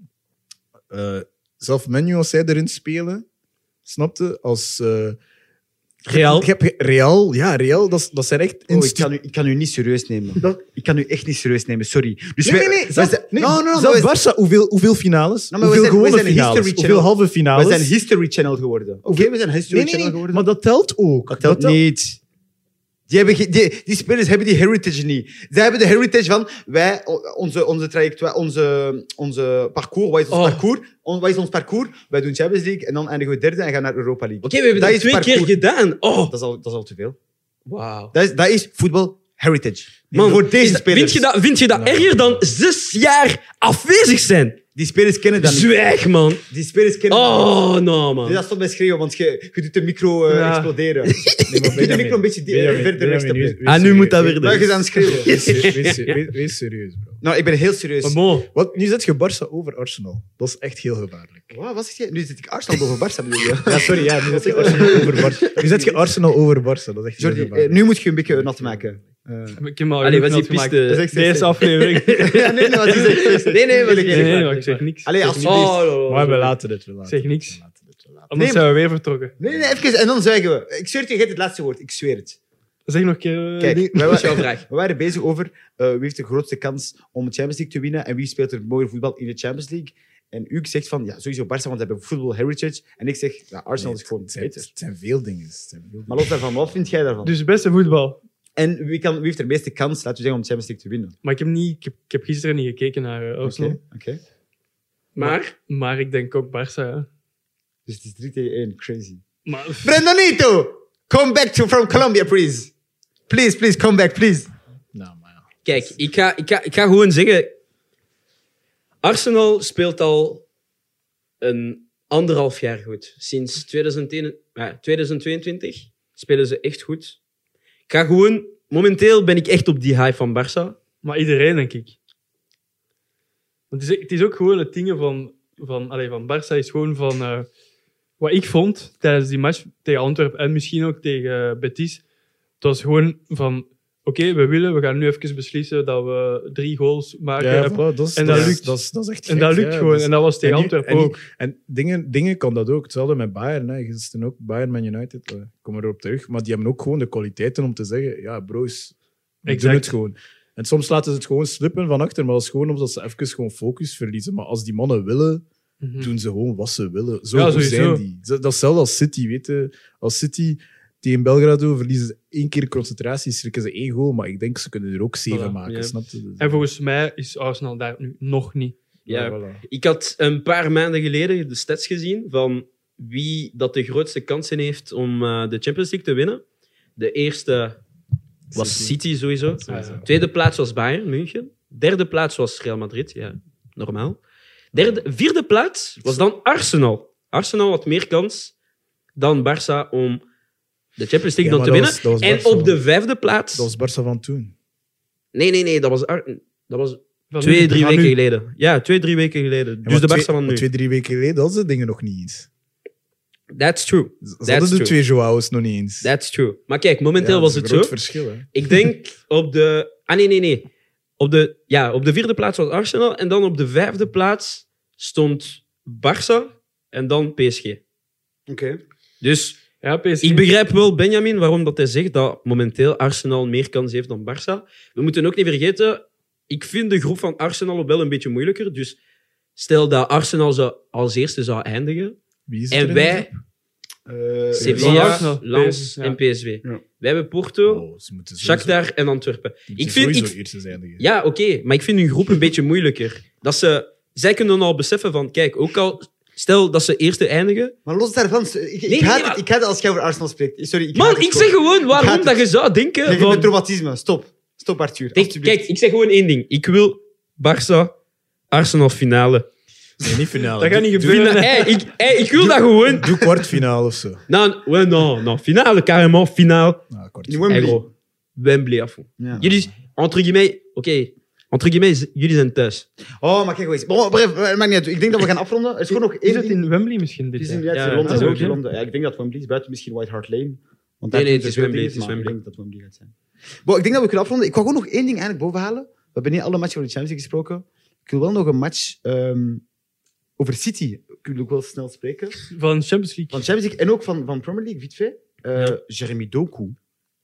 eh zelf Menu als zij erin spelen, snapte? Als eh, Real. Je hebt Real, ja, Real, dat, is- dat zijn echt Oh, ik, instituten. kan u, ik kan u niet serieus nemen. Dat- Ik kan u echt niet serieus nemen, sorry. Dus Nee, wij- nee, nee. wij Zelf, zijn- nee, No, no, no, zelf wij- Barça, hoeveel, hoeveel finales? Nou, maar we hoeveel zijn- we gewone zijn een finales? history Hoeveel channel. halve wij finales? zijn History Channel geworden. Oké, we zijn een History nee, nee, Channel nee, geworden. maar dat telt ook. Dat telt niet. Die, hebben ge- die, die spelers hebben die heritage niet. Zij hebben de heritage van wij, o- onze, onze trajectoire, onze, onze parcours. Wat is ons Oh. parcours? On- wat is ons parcours? Wij doen Champions League en dan eindigen we derde en gaan naar Europa League. Oké, we hebben dat, is twee parcours. keer gedaan. Oh, Dat is al, dat is al te veel. wauw. Dat is, dat is voetbal heritage. Die- Man, voor deze is dat- spelers. vind je dat, vind je dat erger dan zes jaar afwezig zijn? Die spelers kennen dat niet. Zwijg, man. Die spelers kennen dat niet. Oh, no, Dus man. dat stond bij schreeuwen, want je, je doet de micro eh, Ja. exploderen. Nee, maar Doe de Benjamin, micro een beetje die- Benjamin, verder Benjamin, wegstappen. wees- wees Ah, nu serieus. moet dat weer Maar je doen. aan het schreeuwen. Wees, wees, wees, wees, wees serieus, bro. Nou, ik ben heel serieus. Maar mo, Wat, nu zet je Barça over Arsenal. Dat is echt heel gevaarlijk. Wat was het? Nu zit ik Arsenal boven Barça, bedoel je? Ja, sorry, ja, nu zet je Arsenal over Barça. Nu zet je Arsenal over Barça. Dat is echt heel Jordi, eh, gevaarlijk. nu moet je een beetje nat maken. Eh, ik heb maar Allee, genoeg wat is die nat gemaakt. piste? Dat is echt De eerste aflevering. ja, nee, nee, wat is het? Nee, nee, wat is Nee, het? nee, maar ik zeg niks. Allee, Ik als zeg je- niks. Oh, Maar we laten het, we laten Zeg het, niks. we laten het, we laten het. Anders Nee, zijn we weer vertrokken. Nee, nee, even. En dan zeggen we. Ik zweer het je, je hebt het laatste woord. Ik zweer het. Zeg nog een keer. eh, Kijk, ding. wij, Dat is jouw wa- vraag. we waren bezig over eh, wie heeft de grootste kans om de Champions League te winnen en wie speelt er mooier voetbal in de Champions League. En u zegt van, ja, sowieso Barça, want ze hebben football heritage. En ik zeg, ja, Arsenal Nee, is gewoon het zijn, beter. het zijn veel dingen. Het zijn veel dingen. Maar los daarvan, wat vind jij daarvan? Dus beste voetbal. En wie, kan, wie heeft er de meeste kans, laten we zeggen, om de Champions League te winnen? Maar ik heb, niet, ik heb, ik heb gisteren niet gekeken naar eh, Arsenal. Oké, oké. Maar, Maar ik denk ook Barça. Ja. Dus het is drie tegen één, crazy. Maar Brendanito, come back to, from Colombia, please. Please, please, come back, please. Nou, maar ja. kijk, ik ga, ik, ga, ik ga gewoon zeggen... Arsenal speelt al een anderhalf jaar goed. Sinds tweeduizend één, ja, tweeduizend tweeëntwintig spelen ze echt goed. Ik ga gewoon... Momenteel ben ik echt op die hype van Barça. Maar iedereen, denk ik. Want het is, het is ook gewoon het ding van, van, allee, van Barça is gewoon van... eh, wat ik vond tijdens die match tegen Antwerpen en misschien ook tegen eh, Betis, het was gewoon van... Oké, we willen, we gaan nu even beslissen dat we drie goals maken. Ja, En- voilà, dat is, en dat dat is- lukt. Dat is, dat is echt en dat gek, lukt ja. gewoon. Dus- En dat was tegen en nu- Antwerpen en nu- ook. En dingen, dingen kan dat ook. Hetzelfde met Bayern. Hè. Gisteren ook Bayern Man United. eh, Ik kom erop terug. Maar die hebben ook gewoon de kwaliteiten om te zeggen: ja, bro's, we doen Exact. het gewoon. En soms laten ze het gewoon slippen van achter, maar dat is gewoon omdat ze even gewoon focus verliezen. Maar als die mannen willen, Mhm. doen ze gewoon wat ze willen. Zo Ja, goed sowieso. zijn die. Dat dat is hetzelfde als City. Weet je. Als City tegen Belgrado verliezen ze één keer concentratie, schrikken ze één goal. Maar ik denk ze kunnen er ook zeven Voilà, maken. ja. Snap je? Dus- En volgens mij is Arsenal daar nu nog niet. Ja, voilà. ik had een paar maanden geleden de stats gezien van wie dat de grootste kansen heeft om eh, de Champions League te winnen. De eerste was City, sowieso. Sowieso. Tweede plaats was Bayern München. Derde plaats was Real Madrid, ja, normaal. Derde, vierde plaats was dan Arsenal. Arsenal had meer kans dan Barça om de Champions League Ja, dan maar te dat winnen. was- dat was en Barça. op de vijfde plaats... Dat was Barça van toen. Nee, nee, nee, dat was, Ar- dat was Van twee, nu- drie van weken nu. geleden. Ja, twee, drie weken geleden. Ja, dus de maar Barça twee, van maar nu. Twee, drie weken geleden hadden ze dingen nog niet eens. That's true. Ze That's hadden de true. twee Joao's nog niet eens. That's true. Maar kijk, momenteel Ja, was dat het is een zo. groot verschil. Hè. Ik denk op de... Ah, nee, nee, nee. Op de, ja, op de vierde plaats was Arsenal. En dan op de vijfde plaats stond Barça en dan P S G. Oké. Okay. Dus Ja, P S G. ik begrijp wel, Benjamin, waarom dat hij zegt dat momenteel Arsenal meer kans heeft dan Barça. We moeten ook niet vergeten, ik vind de groep van Arsenal wel een beetje moeilijker. Dus stel dat Arsenal zou als eerste zou eindigen Wie is er in en de wij, Uh, Sevilla, Arsenal, Lens ja. en P S V. Ja. Wij hebben Porto, Oh, ze moeten sowieso- Shakhtar en Antwerpen. ze Ik moeten vind, sowieso ik, eerste zijn. denk ik. ja, oké, okay, maar ik vind hun groep een beetje moeilijker. Dat ze, zij kunnen al beseffen van, kijk, ook al stel dat ze eerste eindigen. Maar los daarvan, ik, ik, nee, haat, nee, maar- ik haat het als jij over Arsenal spreekt. Sorry, ik haat Man, het ik zeg gewoon Ik waarom haat dat je het. zou denken Kijk, van... met traumatisme. Stop. Stop, Arthur. Kijk, alsjeblieft. kijk, ik zeg gewoon één ding. Ik wil Barça, Arsenal finale. Nee, niet finale. Dat gaat niet Doe- gebeuren. Fina- hey, ik, hey, ik wil dat gewoon. Doe kwartfinale of zo. Nou, ouais, non, non, finale, carrément, finale. Nou, In kwartfinale. Wembley. Hey, gros, Wembley à fond. Ja. Jullie, entre guillemets, oké, entre guillemets, jullie zijn thuis. Oh, maar kijk eens. Bon, bref, het maakt niet uit. Ik denk dat we gaan afronden. Er is gewoon nog Is één het ding. in Wembley misschien Het dit is jaar? in ja, het is Ja, in Londen. ah, het is oké. in Londen. Ja, ik denk dat Wembley is buiten misschien White Hart Lane. Want daar Nee, nee, doen het ze is veel Wembley, dingen, het is maar Wembley. Ik denk dat Wembley gaat zijn. Bon, ik denk dat we kunnen afronden. Ik wou gewoon nog één ding eigenlijk bovenhalen. We hebben niet alle matchen van de Champions League gesproken. Ik wil wel nog een match ehm, over City. Ik wil ook wel snel spreken. Van Champions League. Van Champions League en ook van, van Premier League, vite fait. Uh, Ja. Jeremy Doku.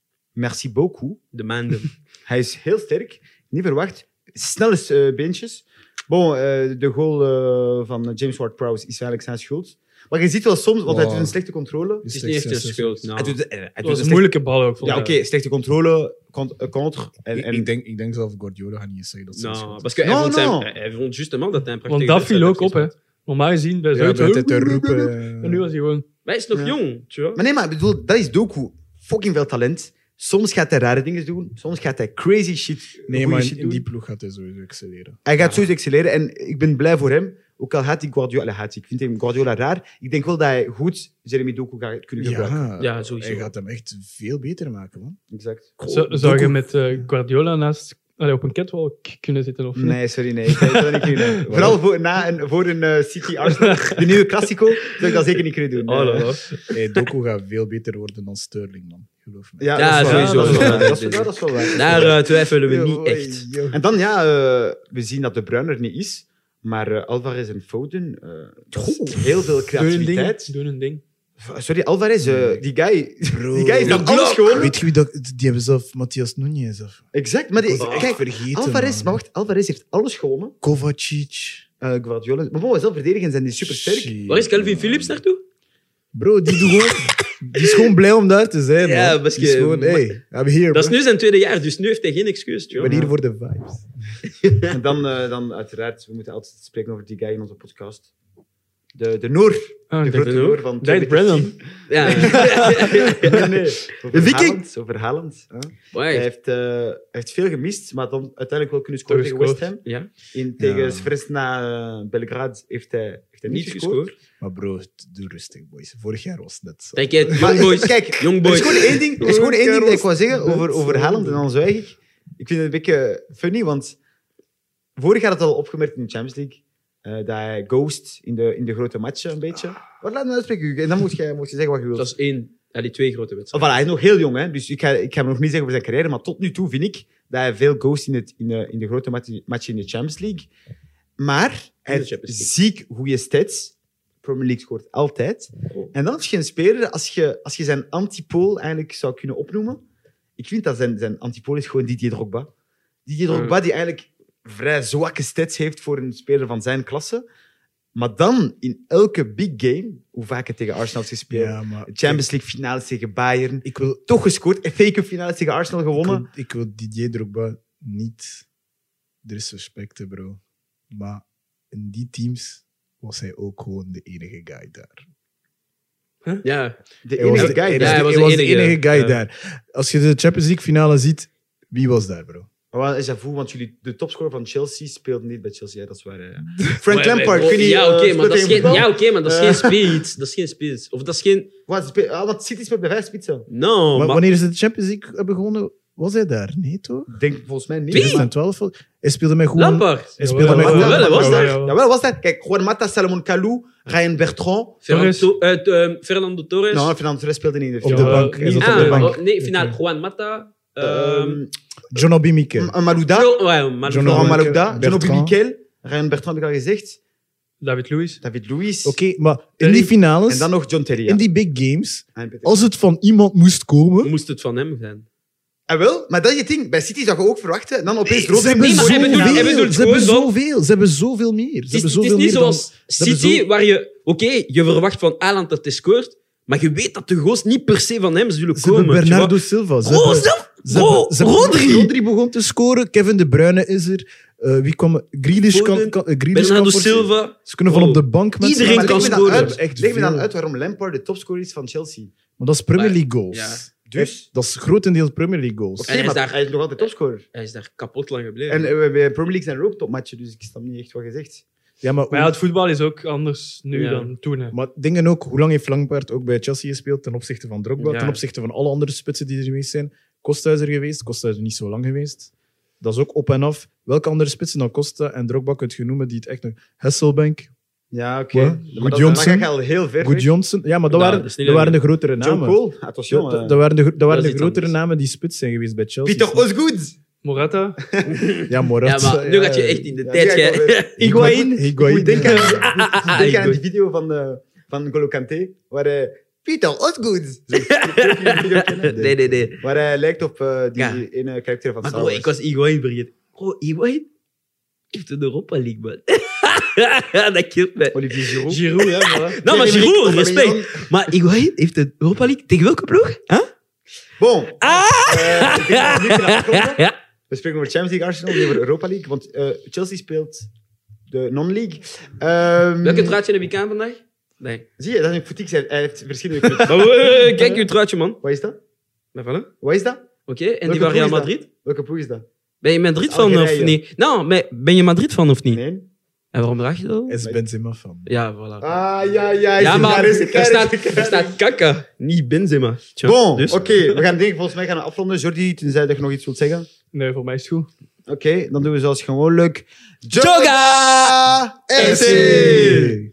Merci beaucoup. De maanden. Hij is heel sterk. Niet verwacht. Snelle uh, beentjes. Bon, uh, de goal uh, van James Ward-Prowse is eigenlijk zijn schuld. Maar je ziet wel soms, want hij Wow. doet een slechte controle. Het is niet echt een schuld. Hij Nou. doet, hij doet Dat een was een slechte- moeilijke bal ook. vond Ja, ik. oké, slechte controle, cont- uh, contre. En, Ik, en, ik, denk, ik denk zelf Guardiola gaat niet eens zeggen dat ze Nou, schuld parce que hij No, vond, no. zijn, hij vond justement dat hij een Want prachtige dat viel wedstrijd ook op, heeft hè. Normaal gezien bij Ja, Zuid. bij het te roepen. eh, En nu was hij gewoon... Maar hij is nog Ja. jong, tu vois. Maar nee, maar ik bedoel, dat is Doku. Fucking veel talent. Soms gaat hij rare dingen doen. Soms gaat hij crazy shit, Nee, goeie maar shit in, in doen. die ploeg gaat hij sowieso excelleren. Hij gaat sowieso excelleren en ik ben blij voor hem. Ook al haat ik Guardiola, haat ik vind hem Guardiola raar. Ik denk wel dat hij goed Jeremy Doku gaat kunnen gebruiken. Ja, Ja, sowieso. hij gaat hem echt veel beter maken, man. Exact. Zou, zou je met uh, Guardiola naast... Allee, op een catwalk kunnen zitten of niet? Nee, sorry, nee. Ik zou het wel niet kunnen doen. Vooral voor, na een, voor een uh, City Arsenal, de nieuwe Classico, zou ik dat zeker niet kunnen doen. Oh, la, Eh, la. Hey, Doku gaat veel beter worden dan Sterling, man. Geloof me. Ja, Ja, dat is wel- sowieso. Dat is wel waar. Ja, Dat is wel- dat is wel waar. Daar uh, twijfelen we niet Yo, echt. yo. En dan, ja, uh, we zien dat De Bruyne er niet is, maar uh, Alvarez en Foden, uh, dat is heel veel Doe een creativiteit. ding. Doe een ding. Sorry, Alvarez, uh, die guy, Bro. die guy is dan De alles Glock. gewoon. Weet je wie dat... Die hebben zelf Matthias Nunez. Of... Exact, maar die, Ik was echt kijk, vergeten, Alvarez, man. maar wacht, Alvarez heeft alles gewonnen. Kovacic. Uh, Guardiola, maar bon, zelf verdedigen zijn die super sterk. Shit, Waar is Calvin man. Phillips naartoe? Bro, die, doet gewoon, die is gewoon blij om daar te zijn. Ja, man. parce Die is que- gewoon, hey, I'm here. Dat is bro. nu zijn tweede jaar, dus nu heeft hij geen excuus. Ik tu ben vois. hier voor de vibes. En dan, uh, dan uiteraard, we moeten altijd spreken over die guy in onze podcast. De, de Noor. Ah, De ik grote dacht- Noor van David Brennan. Ja. nee, nee. Over Viking. Haaland, over Haaland. Hè. Hij, Ouais. heeft, uh, hij heeft veel gemist, maar dan uiteindelijk wel kunnen scoren Toch tegen West gescoord. Ham. Ja, In, tegen Ja. Svezna uh, Belgrade heeft hij, heeft hij niet niet gescoord. gescoord. Maar bro, doe rustig, boys. Vorig jaar was het net zo. Kijk, het, Maar young boys. kijk, Young er boys. is gewoon één ding, er is gewoon één ding dat ik wou zeggen Net over, over zo. Haaland en dan zwijg ik. Ik vind het een beetje funny, want vorig jaar had het al opgemerkt in de Champions League. Uh, dat hij ghost in de, in de grote matchen een beetje. Wat laat me uitspreken, Hugo. En dan moet je, moet je zeggen wat je wilt. Dat is één, ja, die twee grote Of, wedstrijden. voilà, hij is nog heel jong, hè? Dus ik ga, ik ga hem nog niet zeggen over zijn carrière, maar tot nu toe vind ik dat hij veel ghost in, het, in, de, in de grote matchen matchen in de Champions League. Maar hij heeft Champions League. ziek goede stats. Premier League scoort altijd. Oh. En dan heb je een speler, als je, als je zijn antipool eigenlijk zou kunnen opnoemen. Ik vind dat zijn, zijn antipool is gewoon Didier Drogba. Didier Drogba, die eigenlijk vrij zwakke stats heeft voor een speler van zijn klasse. Maar dan in elke big game, hoe vaak het tegen Arsenal is gespeeld, Ja, maar de Champions League finales tegen Bayern, ik wil, toch gescoord, F A Cup finales tegen Arsenal ik gewonnen. wil, ik wil Didier Drogba niet disrespecten, bro. Maar in die teams was hij ook gewoon de enige guy daar. Ja, De Hij was enige de, guy. hij daar. was hij de- was hij de was de enige, enige guy ja. daar. Als je de Champions League finale ziet, wie was daar, bro? Maar is dat voel, want jullie, de topscorer van Chelsea speelde niet bij Chelsea. Ja, dat is waar. hè. Frank Maar- Lampard, maar- kun je Ja, eh, oké, maar speelt dat is tegen geen, voetbal? ja, oké, maar dat is Eh. geen spits. Dat is geen spits. Of dat is geen... Wat, spe- ah, want City speelt bij vijf spitsen. No, Maar maar... wanneer ze de Champions League hebben gewonnen, was hij daar? Nee, toch? Ik denk volgens mij niet. Wie? twintig twaalf. Hij speelde met gewoon... Lampard. Hij speelde met Jawel, gewoon... jawel, hij was daar. Jawel. Jawel, was dat? Kijk, Juan Mata, Salomon Kalou, Ryan Bertrand. Fernando, eh, eh, Fernando Torres. Nou, Fernando Torres speelde niet in de Op de finale. bank. Hij zat op de ah, bank. oh, nee, finaal. Juan Mata. ehm Ehm, John Obi Mikel. M- Malouda, Phil- ouais, maar John Laurent Obi- Malouda, John Obi Bertrand. Mikel, Ryan Bertrand heb ik al gezegd. David Luiz. David Luiz. Oké, maar in Terry. die finales, En dan nog John Terry. Ja. in die big games, En Peter. als het van iemand moest komen... Moest het van hem zijn? Ah, wel, maar dat is het ding. Bij City zou je ook verwachten. En dan opeens Ze Rodri hebben Nee, maar hij zoveel, bedoelt- hij bedoelt ze hebben gewoon van- zoveel, ze hebben zoveel meer. Ze Het is, hebben het is zoveel niet meer dan- zoals ze hebben City, zo- waar je... Oké, je verwacht van Haaland dat hij scoort, maar je weet dat de goals niet per se van hem zullen Ze hebben komen. Bernardo Silva. Ze Bro, hebben, zelf- ze bro, hebben- ze hebben- Rodri! Rodri begon te scoren. Kevin De Bruyne is er. Uh, wie kwam... Grealish kan... Foden, kan uh, Grealish Bernardo kan Silva. Ze kunnen van Oh. op de bank met Iedereen Maar kan leg me dan scoren. uit- Echt Leg me dan veel. uit waarom Lampard de topscorer is van Chelsea. Maar dat is Premier Maar- League goals. ja. Dus? Dat is grotendeels Premier League goals. Oké, En hij is maar daar- hij is nog altijd topscorer. Hij is daar kapot lang gebleven. En uh, bij Premier League zijn er ook topmatchen, dus ik snap niet echt wat je zegt. Ja, maar, Maar ja, het voetbal is ook anders nu Ja. dan toen. Hè. maar dingen ook, hoe lang heeft Lampard ook bij Chelsea gespeeld ten opzichte van Drogba, Ja. ten opzichte van alle andere spitsen die er geweest zijn? Costa is er geweest, Costa is er niet zo lang geweest. Dat is ook op en af. Welke andere spitsen dan Costa en Drogba kun je noemen die het echt nog... Hasselbank, Ja, oké. Wat? Maar Good dat- dan Johnson? ga je al heel ver Good weg. Johnson. Ja, maar dat, Ja, waren, dat is niet dat waren de lang. grotere Joe namen. Cole, attention. Dat, eh. dat waren de, dat waren is de iets grotere anders. namen die spits zijn geweest bij Chelsea. Pieter Osgood. Morata. Ja, Morat. ja, maar nu gaat je echt in de Ja, tijd... die ga ik gij- wel weer. Higuain. Ik moet Higuain. denken aan, Ah, ah, ah, denk aan Higuain. die video van, uh, van N'Golo Kanté, waar hij... Pieter Osgood. Zo, ik weet niet of jullie die video kennen. Nee, nee, nee. Waar hij lijkt op uh, die Ja. ene karakter van Maar Star bro, Wars. ik was Higuain vergeten. Bro, Higuain heeft de Europa League, man. Dat killt mij. Olivier Giroud. Giroud, ja. Voilà. Nou, maar Pierre-Emerick Giroud, Aubameyang. respect. Maar Higuain heeft de Europa League tegen welke ploeg? Huh? Bon. Ah! Eh, ik denk dat we nu kunnen afronden. Ja. We spreken over Champions League, Arsenal, niet over Europa League. Want uh, Chelsea speelt de non-league. Um, Welke truitje heb ik aan vandaag? Nee. Zie je, dat is een voetiek. Hij hij heeft verschillende voetiek. Maar, eh, eh, kijk, uw truitje, man. Wat is dat? Maar voilà. Oké, Wat is dat? en Welke die van Real ploeg is dat? Madrid? Welke ploeg is dat? Ben je Madrid van of Algerije. niet? Nou, maar ben je Madrid van of niet? Nee. En waarom draag je dat? Is Benzema fan. Ja, voilà. Ah, ja, ja. ja, maar daar is er staat, er staat Kaka, niet Benzema. Tja, Bon, dus. oké. We gaan denk, volgens mij gaan we afronden. Jordi, tenzij dat je nog iets wilt zeggen. Nee, voor mij is het goed. Oké, dan doen we zoals gewoonlijk. Joga F C!